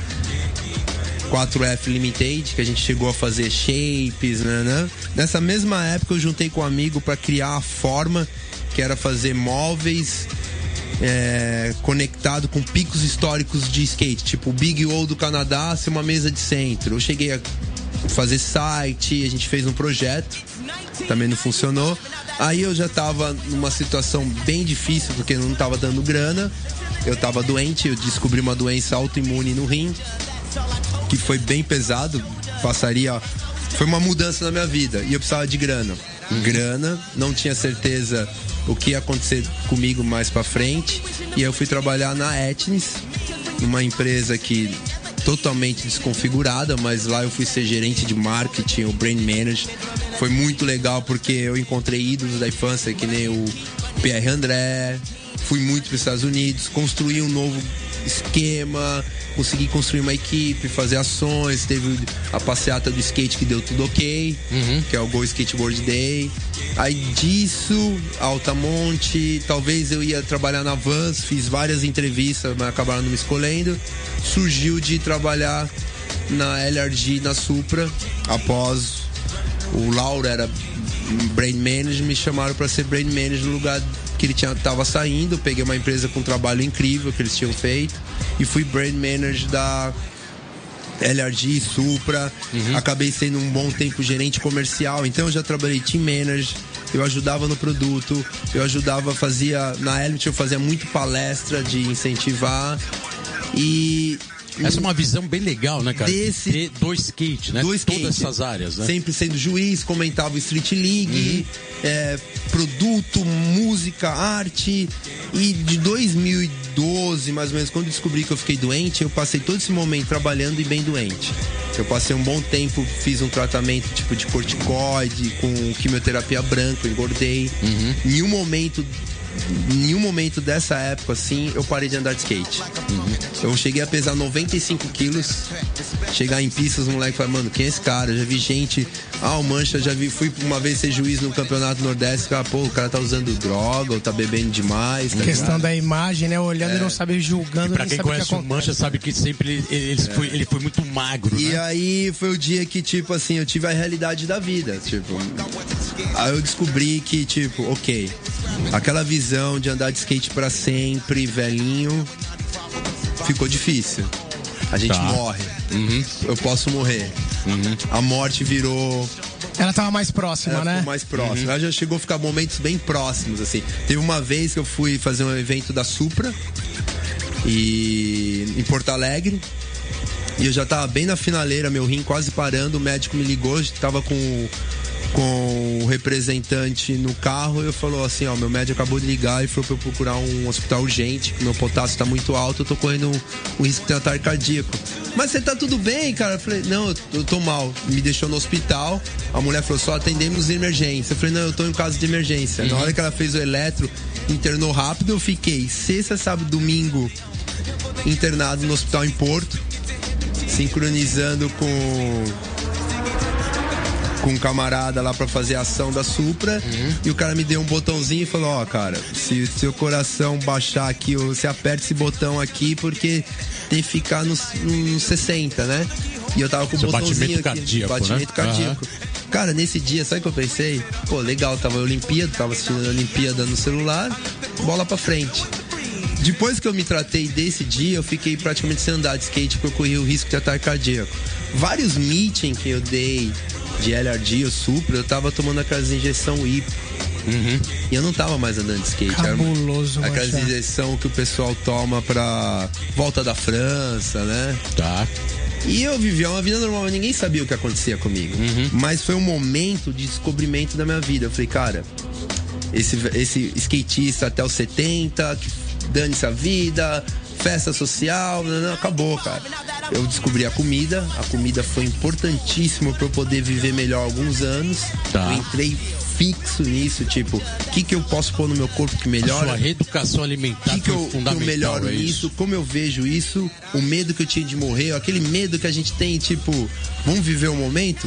quatro F Limited, que a gente chegou a fazer shapes, né, né? Nessa mesma época eu juntei com um amigo pra criar a Forma, que era fazer móveis é, conectado com picos históricos de skate, tipo o Big O do Canadá ser uma mesa de centro. Eu cheguei a fazer site, a gente fez um projeto, também não funcionou. Aí eu já tava numa situação bem difícil, porque não tava dando grana. Eu tava doente, eu descobri uma doença autoimune no rim, que foi bem pesado, passaria... Foi uma mudança na minha vida, e eu precisava de grana. Grana, não tinha certeza o que ia acontecer comigo mais pra frente, e aí eu fui trabalhar na Etnis, uma empresa que totalmente desconfigurada, mas lá eu fui ser gerente de marketing, o brand manager. Foi muito legal porque eu encontrei ídolos da infância, que nem o Pierre André. Fui muito para os Estados Unidos, construí um novo esquema, consegui construir uma equipe, fazer ações. Teve a passeata do skate que deu tudo ok, uhum. que é o Go Skateboard Day. Aí disso, Altamonte, talvez eu ia trabalhar na Vans, fiz várias entrevistas, mas acabaram não me escolhendo. Surgiu de trabalhar na L R G, na Supra, após o Lauro era brand manager, me chamaram para ser brand manager no lugar que ele tinha, tava saindo. Peguei uma empresa com um trabalho incrível que eles tinham feito e fui brand manager da L R G, Supra. Uhum. Acabei sendo um bom tempo gerente comercial, então eu já trabalhei team manager, eu ajudava no produto, eu ajudava, fazia, na Elite eu fazia muito palestra de incentivar e... Essa é uma visão bem legal, né, cara? Desse, de, do skate, né? Do skate. Todas essas áreas, né? Sempre sendo juiz, comentava o Street League, uhum. é, produto, música, arte. E de dois mil e doze, mais ou menos, quando descobri que eu fiquei doente, eu passei todo esse momento trabalhando e bem doente. Eu passei um bom tempo, fiz um tratamento tipo de corticoide, com quimioterapia branca, engordei. Uhum. Em nenhum momento... Em nenhum momento dessa época, assim, eu parei de andar de skate. Uhum. Eu cheguei a pesar noventa e cinco quilos. Chegar em pista, os moleques falaram, mano, quem é esse cara? Eu já vi gente... Ah, o Mancha, já vi... Fui uma vez ser juiz no Campeonato Nordeste. Cara, pô, o cara tá usando droga ou tá bebendo demais. Tá questão ligado? Da imagem, né? Olhando é. e não sabe, julgando. E pra quem conhece o, o Mancha, sabe que sempre ele, ele, é. foi, ele foi muito magro, E né? aí foi o dia que, tipo assim, eu tive a realidade da vida. Tipo... Aí eu descobri que, tipo, ok... Aquela visão de andar de skate pra sempre, velhinho, ficou difícil. A gente tá. morre. Uhum. Eu posso morrer. Uhum. A morte virou... Ela tava mais próxima, Ela né? Ficou mais próxima. Uhum. Ela já chegou a ficar momentos bem próximos, assim. Teve uma vez que eu fui fazer um evento da Supra e... em Porto Alegre. E eu já tava bem na finaleira, meu rim quase parando. O médico me ligou, tava com... com o representante no carro, eu falou assim, ó, meu médico acabou de ligar e falou pra eu procurar um hospital urgente, que meu potássio tá muito alto, eu tô correndo um, um risco de ataque cardíaco. Mas você tá tudo bem, cara? Eu falei, não, eu, eu tô mal. Me deixou no hospital, a mulher falou, só atendemos emergência. Eu falei, não, eu tô em caso de emergência. Uhum. Na hora que ela fez o eletro, internou rápido, eu fiquei sexta, sábado, domingo internado no hospital em Porto, sincronizando com... com um camarada lá pra fazer a ação da Supra, uhum. e o cara me deu um botãozinho e falou, ó, oh, cara, se seu coração baixar aqui, você aperta esse botão aqui, porque tem que ficar nos no sessenta, né? E eu tava com o botãozinho batimento aqui, cardíaco, batimento né? cardíaco. Uhum. Cara, nesse dia, sabe o que eu pensei? Pô, legal, tava a Olimpíada, tava assistindo a Olimpíada no celular, bola pra frente. Depois que eu me tratei desse dia, eu fiquei praticamente sem andar de skate, porque eu corri o risco de ataque cardíaco. Vários meetings que eu dei de L R D ou Supra, eu tava tomando aquelas injeção I P. Uhum. E eu não tava mais andando de skate. Cabuloso, era aquelas injeção que o pessoal toma pra volta da França, né? Tá. E eu vivia uma vida normal, ninguém sabia o que acontecia comigo. Uhum. Mas foi um momento de descobrimento da minha vida. Eu falei, cara, esse, esse skatista até os setenta, que dane-se a vida, festa social, não, não, acabou, cara. Eu descobri a comida, a comida foi importantíssima para eu poder viver melhor alguns anos. Tá. Eu entrei fixo nisso, tipo, o que, que eu posso pôr no meu corpo que melhora? A sua reeducação alimentar que que eu, fundamental, que eu melhoro é isso? isso, como eu vejo isso, o medo que eu tinha de morrer, aquele medo que a gente tem, tipo, vamos viver o momento?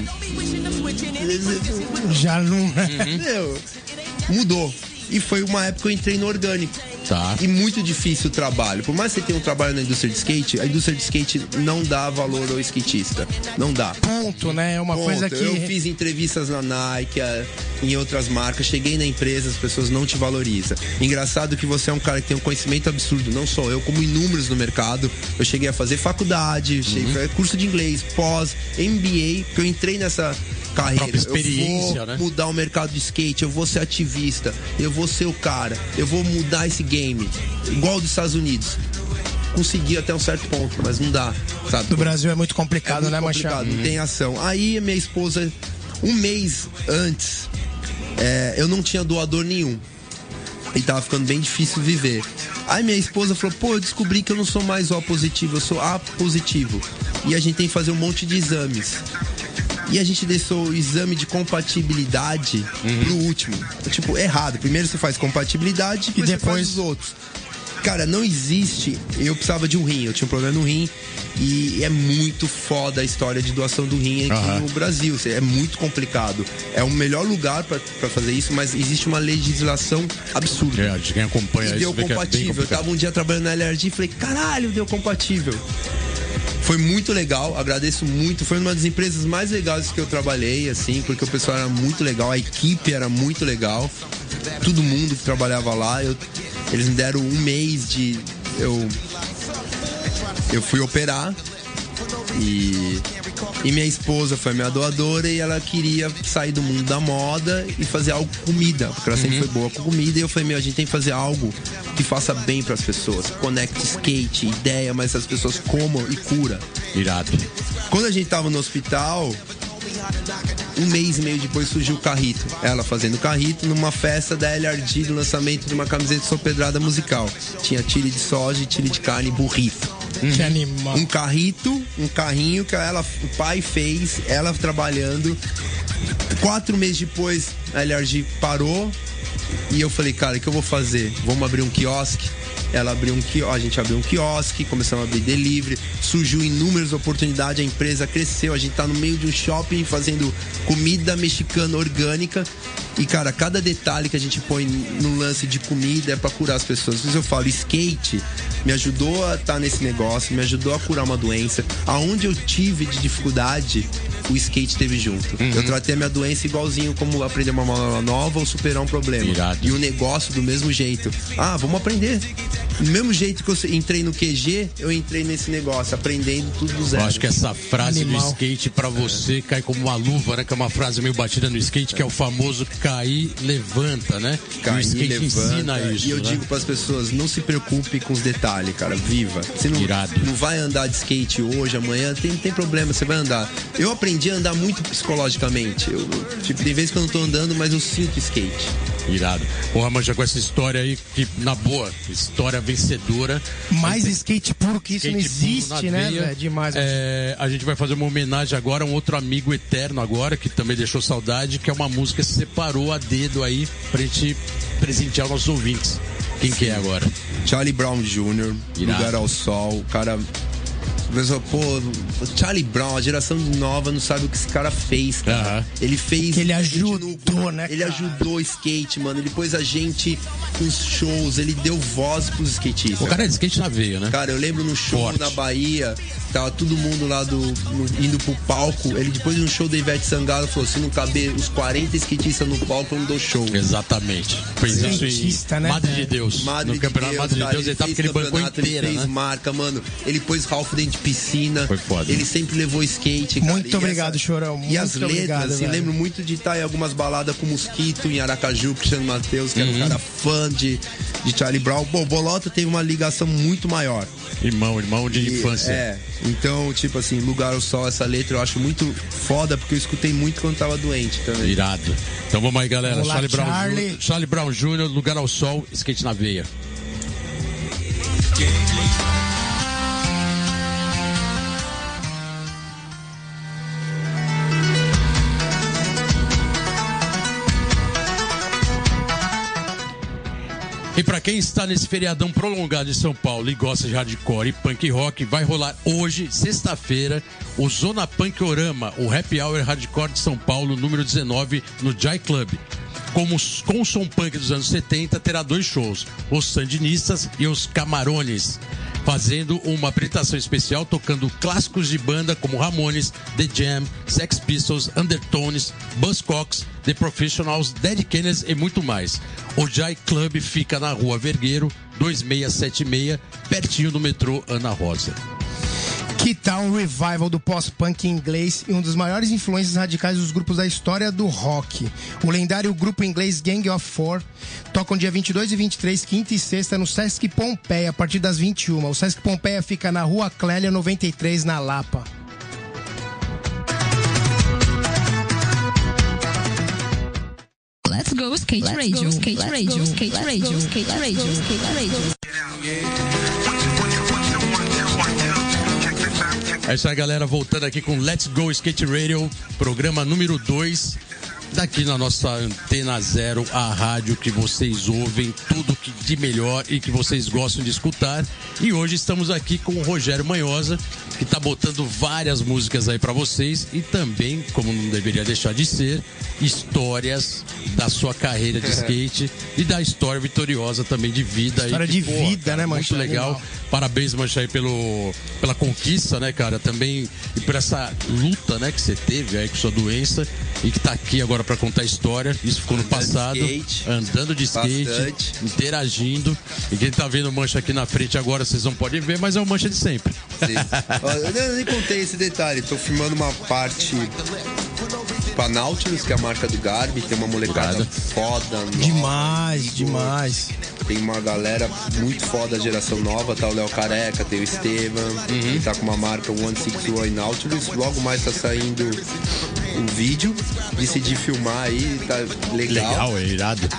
Já não... Uhum. Meu, mudou. E foi uma época que eu entrei no orgânico. Tá. E muito difícil o trabalho. Por mais que você tenha um trabalho na indústria de skate, a indústria de skate não dá valor ao skatista. Não dá. Ponto, né? É uma Ponto. coisa que... Eu fiz entrevistas na Nike, em outras marcas, cheguei na empresa, as pessoas não te valorizam. Engraçado que você é um cara que tem um conhecimento absurdo, não só eu, como inúmeros no mercado. Eu cheguei a fazer faculdade, cheguei, curso de inglês, pós, M B A, que eu entrei nessa... carreira. Experiência, eu vou né? mudar o mercado de skate, eu vou ser ativista, eu vou ser o cara, eu vou mudar esse game, igual dos Estados Unidos. Consegui até um certo ponto, mas não dá, sabe? No Brasil é muito complicado, é muito né, complicado, Machado? Não tem ação. Aí minha esposa, um mês antes, é, eu não tinha doador nenhum. E tava ficando bem difícil viver. Aí minha esposa falou, pô, eu descobri que eu não sou mais O positivo, eu sou A positivo. E a gente tem que fazer um monte de exames. E a gente deixou o exame de compatibilidade uhum. pro último. Tipo, errado. Primeiro você faz compatibilidade e depois você faz os outros. Cara, não existe. Eu precisava de um rim, eu tinha um problema no rim. E é muito foda a história de doação do rim aqui uhum. no Brasil. É muito complicado. É o melhor lugar pra, pra fazer isso, mas existe uma legislação absurda. É, de quem acompanha e isso. Deu compatível. É eu tava um dia trabalhando na L R D e falei, caralho, deu compatível. Foi muito legal, agradeço muito. Foi uma das empresas mais legais que eu trabalhei, assim, porque o pessoal era muito legal, a equipe era muito legal. Todo mundo que trabalhava lá, eu, eles me deram um mês de... Eu, eu fui operar e E minha esposa foi minha doadora e ela queria sair do mundo da moda e fazer algo com comida, porque ela sempre foi boa com comida. E eu falei, meu, a gente tem que fazer algo que faça bem pras pessoas. Conecte skate, ideia, mas as pessoas comam e cura. Irado. Quando a gente tava no hospital, um mês e meio depois surgiu o Carrito. Ela fazendo Carrito numa festa da L R G, do lançamento de uma camiseta de sopedrada musical. Tinha tire de soja e tire de carne, burrito. Que animal. Um carrito, um carrinho que ela, o pai fez, ela trabalhando. Quatro meses depois, a L R G parou e eu falei, cara, o que eu vou fazer? Vamos abrir um quiosque? Ela abriu um quiosque, a gente abriu um quiosque, começamos a abrir delivery, surgiu inúmeras oportunidades, a empresa cresceu, a gente tá no meio de um shopping fazendo comida mexicana orgânica. E, cara, cada detalhe que a gente põe no lance de comida é pra curar as pessoas. Por isso eu falo, skate me ajudou a estar nesse negócio, me ajudou a curar uma doença. Aonde eu tive de dificuldade, o skate teve junto. Uhum. Eu tratei a minha doença igualzinho como aprender uma manobra nova ou superar um problema. Irado. E o negócio do mesmo jeito. Ah, vamos aprender. Do mesmo jeito que eu entrei no Q G, eu entrei nesse negócio, aprendendo tudo do zero. Eu acho que essa frase Animal. do skate pra você cai como uma luva, né? Que é uma frase meio batida no skate, que é o famoso cair, levanta, né? Cair, e o skate levanta. ensina isso, E eu né? digo pras pessoas, não se preocupe com os detalhes, cara. Viva. Você não, Irado. não vai andar de skate hoje, amanhã, tem, tem problema, você vai andar. Eu aprendi a andar muito psicologicamente. Eu, tipo, tem vezes que eu não tô andando, mas eu sinto skate. Irado. Porra, Mancha, com essa história aí, que na boa, história vencedora. Mais skate puro que isso não Skate puro existe, na né? veia. É demais. É, a gente vai fazer uma homenagem agora a um outro amigo eterno agora, que também deixou saudade, que é uma música que separou a dedo aí pra gente presentear os nossos ouvintes. Quem que é agora? Charlie Brown Júnior, Irado. Lugar ao Sol, o cara... Pessoal, pô, Charlie Brown, a geração nova não sabe o que esse cara fez, cara. Aham. Ele fez. Que ele ajudou, né, Ele cara? ajudou o skate, mano. Ele pôs a gente nos shows, ele deu voz pros skatistas. O cara é de skate na veia, né? Cara, eu lembro no show Forte. na Bahia, tava todo mundo lá do, no- indo pro palco. Ele, depois de um show da Ivete Sangalo, falou: se não caber os quarenta skatistas no palco, eu não dou show. Exatamente. Fez isso Skatista, em né, Madre velho? de Deus. Madre no campeonato de Deus, Madre de cara, Deus, ele tava fez aquele bancou campeonato, inteira, ele fez né? marca, mano. Ele pôs Ralph dentro de piscina. Foi foda. Ele sempre levou skate, cara. Muito E obrigado, Chorão. E as Muito letras, obrigado, assim, velho. lembro muito de estar em algumas baladas com Mosquito, em Aracaju, Cristiano Matheus, que era Uhum. um cara fã de, de Charlie Brown. Bom, Bolota teve uma ligação muito maior. Irmão, irmão de E, infância. É, então, tipo assim, Lugar ao Sol, essa letra eu acho muito foda, porque eu escutei muito quando tava doente também. Irado. Então vamos aí, galera. Vamos lá, Charlie, Brown Charlie. Júnior, Charlie Brown Júnior, Lugar ao Sol, skate na veia. E pra quem está nesse feriadão prolongado em São Paulo e gosta de hardcore e punk rock, vai rolar hoje, sexta-feira, o Zona Punkorama, o Happy Hour Hardcore de São Paulo, número dezenove, no Jai Club. Como, com o som punk dos anos setenta, terá dois shows, os Sandinistas e os Camarones, fazendo uma apresentação especial tocando clássicos de banda como Ramones, The Jam, Sex Pistols, Undertones, Buzzcocks, The Professionals, Dead Kennedys e muito mais. O Jai Club fica na Rua Vergueiro, dois seis sete seis, pertinho do metrô Ana Rosa. Que tal um revival do pós-punk inglês e um dos maiores influências radicais dos grupos da história do rock? O lendário grupo inglês Gang of Four tocam dia vinte e dois e vinte e três, quinta e sexta, no Sesc Pompeia, a partir das vinte e uma. O Sesc Pompeia fica na Rua Clélia noventa e três, na Lapa. Let's go skate radio, skate radio, skate radio, skate radio, skate radio. É isso aí, galera. Voltando aqui com Let's Go Skate Radio, programa número dois. Daqui na nossa Antena Zero, a rádio que vocês ouvem, tudo que de melhor e que vocês gostam de escutar. E hoje estamos aqui com o Rogério Manhosa, que está botando várias músicas aí para vocês e também, como não deveria deixar de ser, histórias da sua carreira de skate e da história vitoriosa também de vida. História aí, de que, pô, vida, cara, né, muito Mancha? legal. Animal. Parabéns, Mancha, aí pelo, pela conquista, né, cara? Também e por essa luta, né, que você teve aí com sua doença. e que tá aqui agora para contar a história. Isso ficou andando no passado. De skate, andando de skate, bastante. Interagindo. E quem tá vendo o Mancha aqui na frente agora, vocês não podem ver, mas é o Mancha de sempre. Sim. Eu nem contei esse detalhe. Tô filmando uma parte pra Nautilus, que é a marca do Garbi. Tem uma molecada foda. Nova, Demais, Igor. demais. Tem uma galera muito foda da geração nova. Tá o Léo Careca, tem o Esteban. Uhum. Que tá com uma marca cento e sessenta e um Nautilus. Logo mais tá saindo um vídeo. Decidi filmar aí, tá legal. Legal, é irado.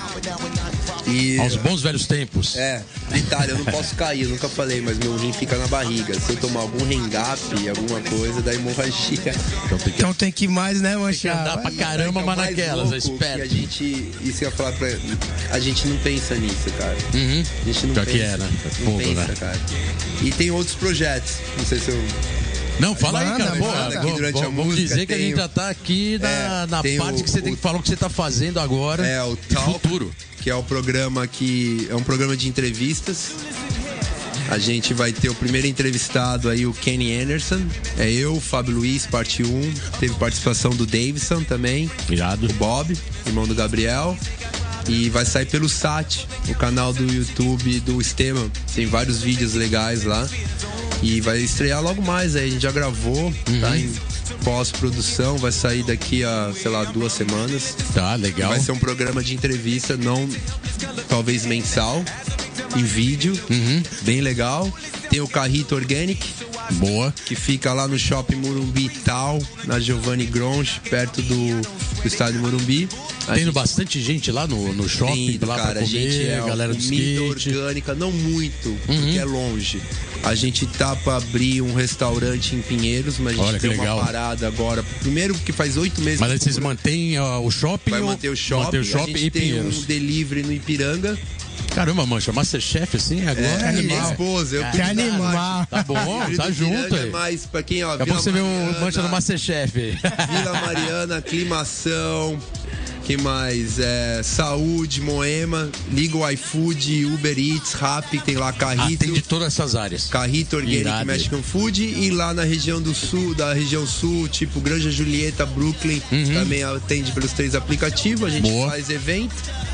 E, aos bons velhos tempos. É, detalhe, eu não posso cair, eu nunca falei, mas meu rim fica na barriga. Se eu tomar algum hang-up, alguma coisa, dá hemorragia. Então tem que, então tem que ir mais, né, Mancha? Andar pra caramba, mas naquelas, espera. A gente, isso que eu ia falar pra. A gente não pensa nisso, cara. Uhum. A gente não Já pensa. que é, né? Não Fundo, pensa, né? cara. E tem outros projetos, não sei se eu. Não, fala Manda, aí, cara. Boa, manda aqui vamos, durante a vamos música, dizer que a gente tem já tá aqui na, é, na tem parte o- que você tem o- que falar o que você tá fazendo agora. É, o e Talk, futuro. que é o programa que. É um programa de entrevistas. A gente vai ter o primeiro entrevistado aí, o Kenny Anderson. É eu, o Fábio Luiz, parte um. Teve participação do Davidson também. Irado. O Bob, irmão do Gabriel. E vai sair pelo S A T, o canal do YouTube do Esteban. Tem vários vídeos legais lá. E vai estrear logo mais aí. A gente já gravou, Uhum. tá em pós-produção. Vai sair daqui a, sei lá, duas semanas. Tá, legal. Vai ser um programa de entrevista, não talvez mensal, em vídeo, Uhum. bem legal. Tem o Carrito Organic, Boa. que fica lá no Shopping Morumbi Tal, na Giovanni Gronchi, perto do, do estádio Morumbi. A Tendo gente bastante gente lá no, no shopping, tem ido, lá cara, pra a gente comer, é a galera do comida skate. orgânica, não muito, Uhum. porque é longe. A gente tá pra abrir um restaurante em Pinheiros, mas a gente Olha, que tem legal. uma parada agora. Primeiro que faz oito meses Mas aí que vocês mantêm ó, o shopping vai ou manter o shopping. manter o shopping a gente e tem Pinheiros? um delivery no Ipiranga. Caramba, Mancha, Masterchef assim agora? É, animal. minha esposa, eu Que animal. Tá bom, tá junto É aí. mais pra quem, ó, Daqui a Vila pouco você vê o Mariana, Mancha no Masterchef. Vila Mariana, Aclimação, que mais? É, Saúde, Moema, liga o iFood, Uber Eats, Rappi, tem lá Carrito. Atende todas essas áreas. Carrito Organic Irado. Mexican Food, e lá na região do sul, da região sul, tipo Granja Julieta, Brooklyn, também atende pelos três aplicativos, a gente Uhum. Boa. faz evento.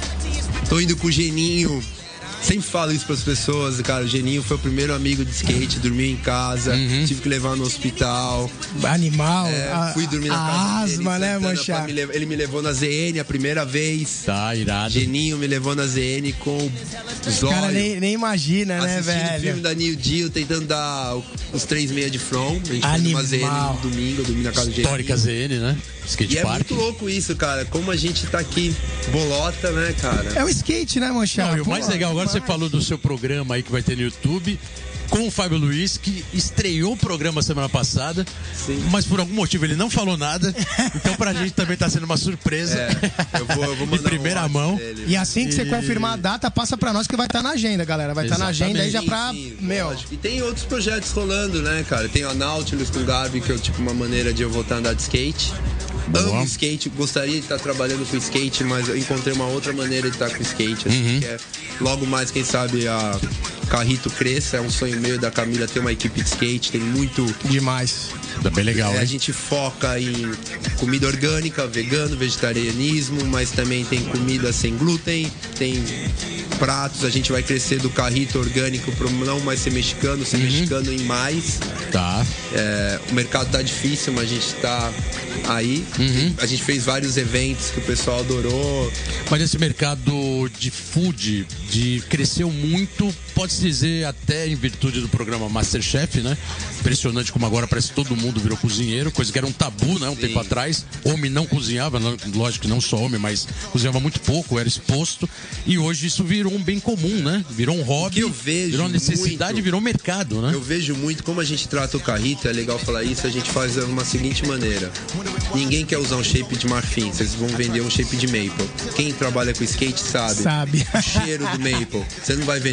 Tô indo com o Geninho. Sempre falo isso pras pessoas, cara. O Geninho foi o primeiro amigo de skate, dormiu em casa, Uhum. tive que levar no hospital. Animal. É, a, fui dormir na a casa dele. asma, em né, Santana, Mancha? pra me levar- Ele me levou na Z N a primeira vez. Tá, irado. Geninho me levou na Z N com os O cara olhos. nem, nem imagina, né, Assistindo o filme velho? da Neil Dio, tentando dar os três meia de front. A gente foi numa Z N Animal. no domingo, eu dormi na casa do Geninho. Histórica Z N, né? Skate E é Park. muito louco isso, cara. Como a gente tá aqui, bolota, né, cara? É o skate, né, Mancha? Não, e o Pô, mais legal, agora você demais. falou do seu programa aí que vai ter no YouTube, com o Fábio Luiz, que estreou o programa semana passada, Sim. mas por algum motivo ele não falou nada, então pra gente também tá sendo uma surpresa. É, eu vou, eu vou Em mandar primeira um mão. dele. E assim que você E- confirmar a data, passa pra nós que vai estar na agenda, galera. Vai estar na agenda aí já pra. Sim, sim, Meu. lógico. E tem outros projetos rolando, né, cara? Tem a Nautilus com o Garbi, que é tipo uma maneira de eu voltar a andar de skate. Boa. Amo skate, gostaria de estar trabalhando com skate, mas eu encontrei uma outra maneira de estar com skate. Assim, Uhum. que é logo mais, quem sabe, a Carrito cresça. É um sonho meu da Camila ter uma equipe de skate. Tem muito. Demais. Tá bem legal, É, a hein? gente foca em comida orgânica, vegano, vegetarianismo, mas também tem comida sem glúten, tem pratos. A gente vai crescer do Carrito orgânico para não mais ser mexicano, ser mexicano em mais. Tá. É, o mercado tá difícil, mas a gente tá aí. Uhum. A gente fez vários eventos que o pessoal adorou. Mas esse mercado de food de cresceu muito, pode-se dizer até em virtude do programa Masterchef, né? Impressionante como agora parece que todo mundo virou cozinheiro, coisa que era um tabu, né? Um tempo atrás. Homem não cozinhava, não- lógico que não só homem, mas cozinhava muito pouco, era exposto. E hoje isso virou um bem comum, né? Virou um hobby, que eu vejo virou uma necessidade, muito- virou um mercado, né? Eu vejo muito como a gente trata o Carrito, é legal falar isso, a gente faz de uma seguinte maneira. Ninguém quer usar um shape de marfim, vocês vão vender um shape de maple. Quem trabalha com skate sabe. Sabe. O cheiro do maple. Você não vai vender uma mentira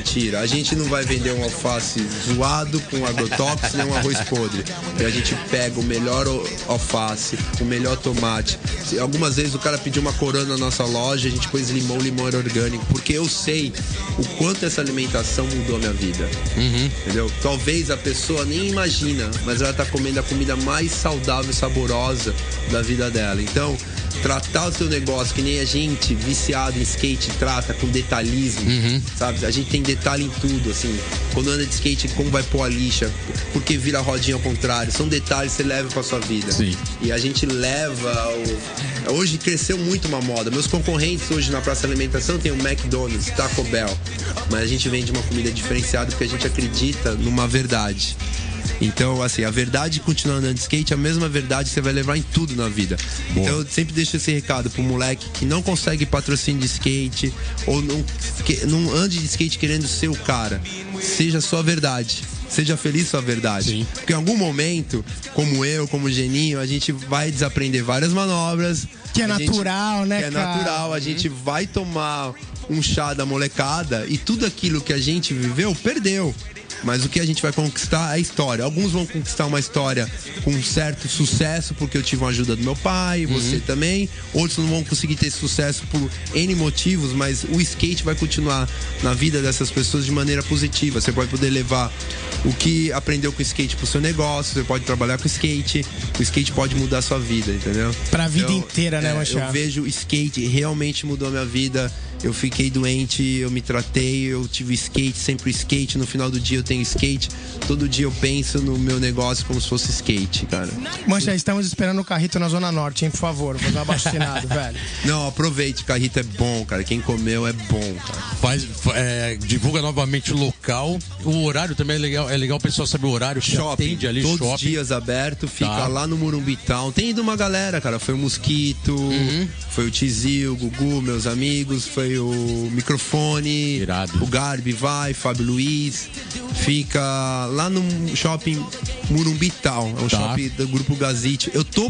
mentira. A gente não vai vender um alface zoado com agrotóxicos nem um arroz podre. E a gente pega o melhor alface, o melhor tomate. Algumas vezes o cara pediu uma coroa na nossa loja, a gente pôs limão, o limão era orgânico, porque eu sei o quanto essa alimentação mudou a minha vida. Uhum. Entendeu? Talvez a pessoa nem imagina, mas ela tá comendo a comida mais saudável e saborosa da vida dela. Então, tratar o seu negócio que nem a gente, viciado em skate, trata com detalhismo, uhum. sabe? A gente tem detalhe em tudo, assim. Quando anda de skate, como vai pôr a lixa, por que vira a rodinha ao contrário. São detalhes que você leva pra sua vida. Sim. E a gente leva... O... Hoje cresceu muito uma moda. Meus concorrentes hoje na praça de alimentação tem o McDonald's, Taco Bell. Mas a gente vende uma comida diferenciada porque a gente acredita numa verdade. Então, assim, a verdade continua andando de skate, a mesma verdade você vai levar em tudo na vida. Boa. Então, eu sempre deixo esse recado pro moleque que não consegue patrocínio de skate ou não, que, não ande de skate querendo ser o cara. Seja a sua verdade. Seja feliz sua verdade. Sim. Porque em algum momento, como eu, como o Geninho, a gente vai desaprender várias manobras. Que é natural, gente, né, que é cara? natural. A gente vai tomar um chá da molecada e tudo aquilo que a gente viveu, perdeu. Mas o que a gente vai conquistar é a história. Alguns vão conquistar uma história com um certo sucesso, porque eu tive uma ajuda do meu pai, você uhum. também. Outros não vão conseguir ter esse sucesso por N motivos, mas o skate vai continuar na vida dessas pessoas de maneira positiva. Você pode poder levar o que aprendeu com o skate pro seu negócio, você pode trabalhar com o skate, o skate pode mudar a sua vida, entendeu? Pra vida então, inteira, né, é, Mancha? Eu vejo o skate realmente mudou a minha vida. Eu fiquei doente, eu me tratei, eu tive skate, sempre skate. No final do dia eu tenho skate. Todo dia eu penso no meu negócio como se fosse skate, cara. Mancha, estamos esperando o Carrito na Zona Norte, hein, por favor. Vou fazer uma abaixinada, velho. Não, aproveite, Carrito é bom, cara. Quem comeu é bom, cara. Faz, é, divulga novamente o local. O horário também é legal. É legal o pessoal saber o horário que shopping, atende ali. Todos shopping. os dias aberto, fica tá. lá no Morumbi Town. Tem ido uma galera, cara. Foi o Mosquito, uhum. foi o Tizil, o Gugu, meus amigos, foi o Microfone, Irado. o Garbi vai, Fábio Luiz. Fica lá no shopping Morumbi Town. É um tá. shopping do Grupo Gazite. Eu tô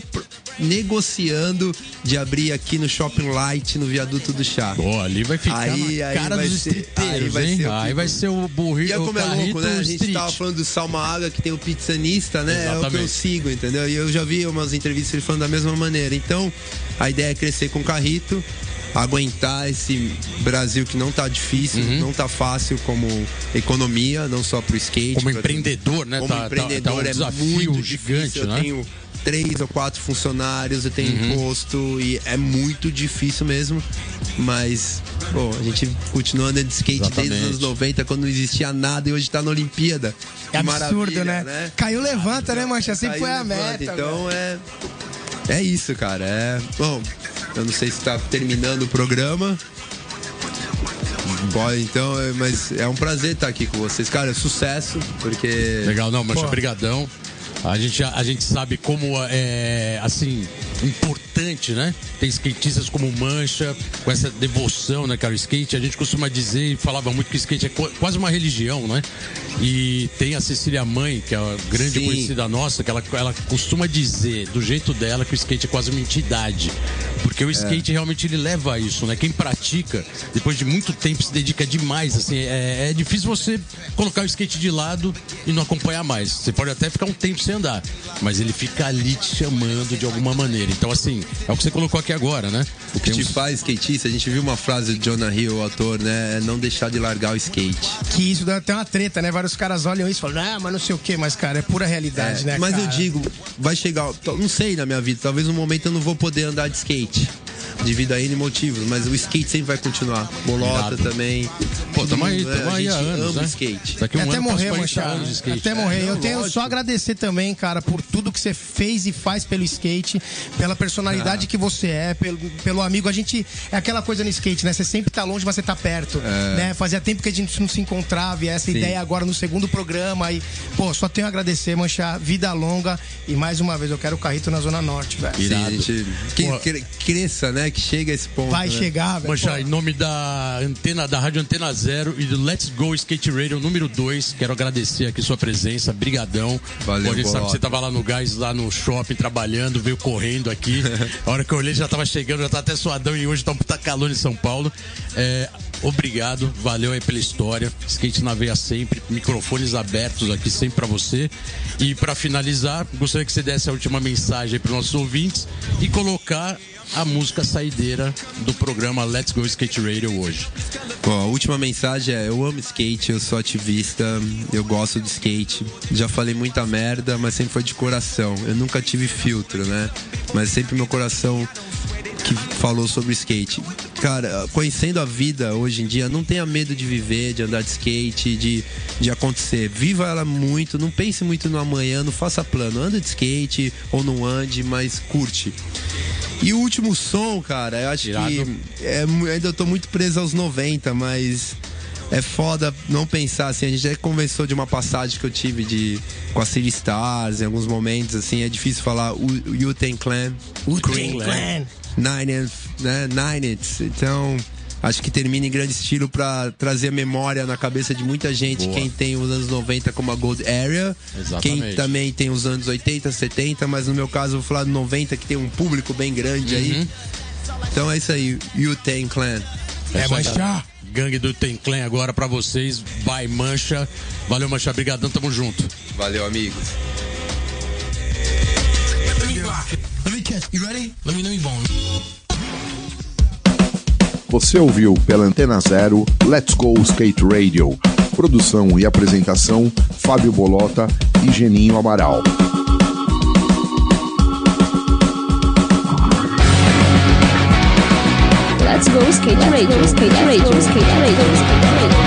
negociando de abrir aqui no Shopping Light, no Viaduto do Chá. Pô, ali vai ficar aí, na aí cara vai dos ser, estriteiros, aí vai hein? ser Aí vai ser o burrito. E é como é louco, né? A gente street. tava falando do Salmaga, que tem o pizzanista, né? Exatamente. É o que eu sigo, entendeu? E eu já vi umas entrevistas ele falando da mesma maneira. Então, a ideia é crescer com o Carrito, aguentar esse Brasil que não tá difícil, uhum. não tá fácil como economia, não só pro skate. Como empreendedor, né? Como tá, empreendedor tá, tá um é desafio muito gigante, difícil. né? Eu tenho três ou quatro funcionários, eu tenho uhum. imposto e é muito difícil mesmo, mas pô, a gente continua andando de skate Exatamente. Desde os anos noventa, quando não existia nada, e hoje tá na Olimpíada. É absurdo, né? né? Caiu, levanta, né, Mancha? Sempre foi a meta. Então é é isso, cara. É bom. Eu não sei se tá terminando o programa. Bom, então, mas é um prazer estar aqui com vocês, cara. Sucesso, porque legal, não, Mancha, brigadão. A gente, a gente sabe como é, assim, importante, né? Tem skatistas como Mancha, com essa devoção, né, cara? O skate, a gente costuma dizer, e falava muito que o skate é quase uma religião, né? E tem a Cecília Mãe, que é a grande Sim. conhecida nossa, que ela, ela costuma dizer, do jeito dela, que o skate é quase uma entidade. Porque o skate é. realmente ele leva a isso, né? Quem pratica, depois de muito tempo, se dedica demais, assim, é, é difícil você colocar o skate de lado e não acompanhar mais. Você pode até ficar um tempo sem andar, mas ele fica ali te chamando de alguma maneira. Então, assim, é o que você colocou aqui agora, né? O que Tem te uns... faz skatista, a gente viu uma frase do Jonah Hill, o ator, né? É não deixar de largar o skate. Que isso dá até uma treta, né? Vários caras olham isso e falam, ah, mas não sei o que, mas, cara, é pura realidade, é, né, mas cara? eu digo, vai chegar, não sei na minha vida, talvez no momento eu não vou poder andar de skate. Devido a N motivos, mas o skate sempre vai continuar. Bolota Irado. Também. Pô, tamo aí, tamo aí há anos, ama né? skate. Daqui um até ano morrer, Mancha. Até morrer. É, eu não, tenho lógico. só agradecer também, cara, por tudo que você fez e faz pelo skate, pela personalidade ah. que você é, pelo, pelo amigo. A gente, é aquela coisa no skate, né? Você sempre tá longe, mas você tá perto, é. né? Fazia tempo que a gente não se encontrava e essa Sim. ideia agora no segundo programa. E, pô, só tenho a agradecer, Mancha. Vida longa e mais uma vez eu quero o Carrito na Zona Norte, velho. Sim, a gente que cresça, né? Que chega a esse ponto. Vai né? chegar, velho. Mancha, em nome da antena, da Rádio Antena Zero e do Let's Go Skate Radio número dois, quero agradecer aqui sua presença, brigadão. Valeu, Pô, a gente bolota. sabe que você tava lá no gás, lá no shopping, trabalhando, veio correndo aqui. A hora que eu olhei já tava chegando, já tava até suadão e hoje tá um puta calor em São Paulo. É, obrigado, valeu aí pela história. Skate na veia sempre, microfones abertos aqui sempre pra você. E pra finalizar, gostaria que você desse a última mensagem para os nossos ouvintes e colocar a música saideira do programa Let's Go Skate Radio hoje. Bom, a última mensagem é: eu amo skate, eu sou ativista, eu gosto de skate. Já falei muita merda, mas sempre foi de coração. Eu nunca tive filtro, né? Mas sempre meu coração que falou sobre skate. Cara, conhecendo a vida hoje em dia, não tenha medo de viver, de andar de skate, de, de acontecer. Viva ela muito, não pense muito no amanhã, não faça plano. Anda de skate ou não ande, mas curte. E o último som, cara, eu acho Irado. que é, ainda eu tô muito preso aos noventa, mas é foda não pensar assim. A gente já conversou de uma passagem que eu tive de, com a City Stars em alguns momentos, assim, é difícil falar o Wu-Tang Clan, Wu-Tang Clan, Nine, né, Nine It. Então, acho que termina em grande estilo pra trazer a memória na cabeça de muita gente. Boa. Quem tem os anos noventa como a Gold Area. Exatamente. Quem também tem os anos oitenta, setenta, mas no meu caso eu vou falar de noventa, que tem um público bem grande uhum. aí. Então é isso aí, Wu-Tang Clan. É, é Mancha. Gangue do Wu-Tang Clan agora pra vocês. Vai, Mancha. Valeu, Mancha. Obrigadão, tamo junto. Valeu, amigos. Você ouviu pela Antena Zero Let's Go Skate Radio. Produção e apresentação Fábio Bolota e Geninho Amaral. Let's Go Skate Radio, Skate Radio, Skate Radio, Skate Radio.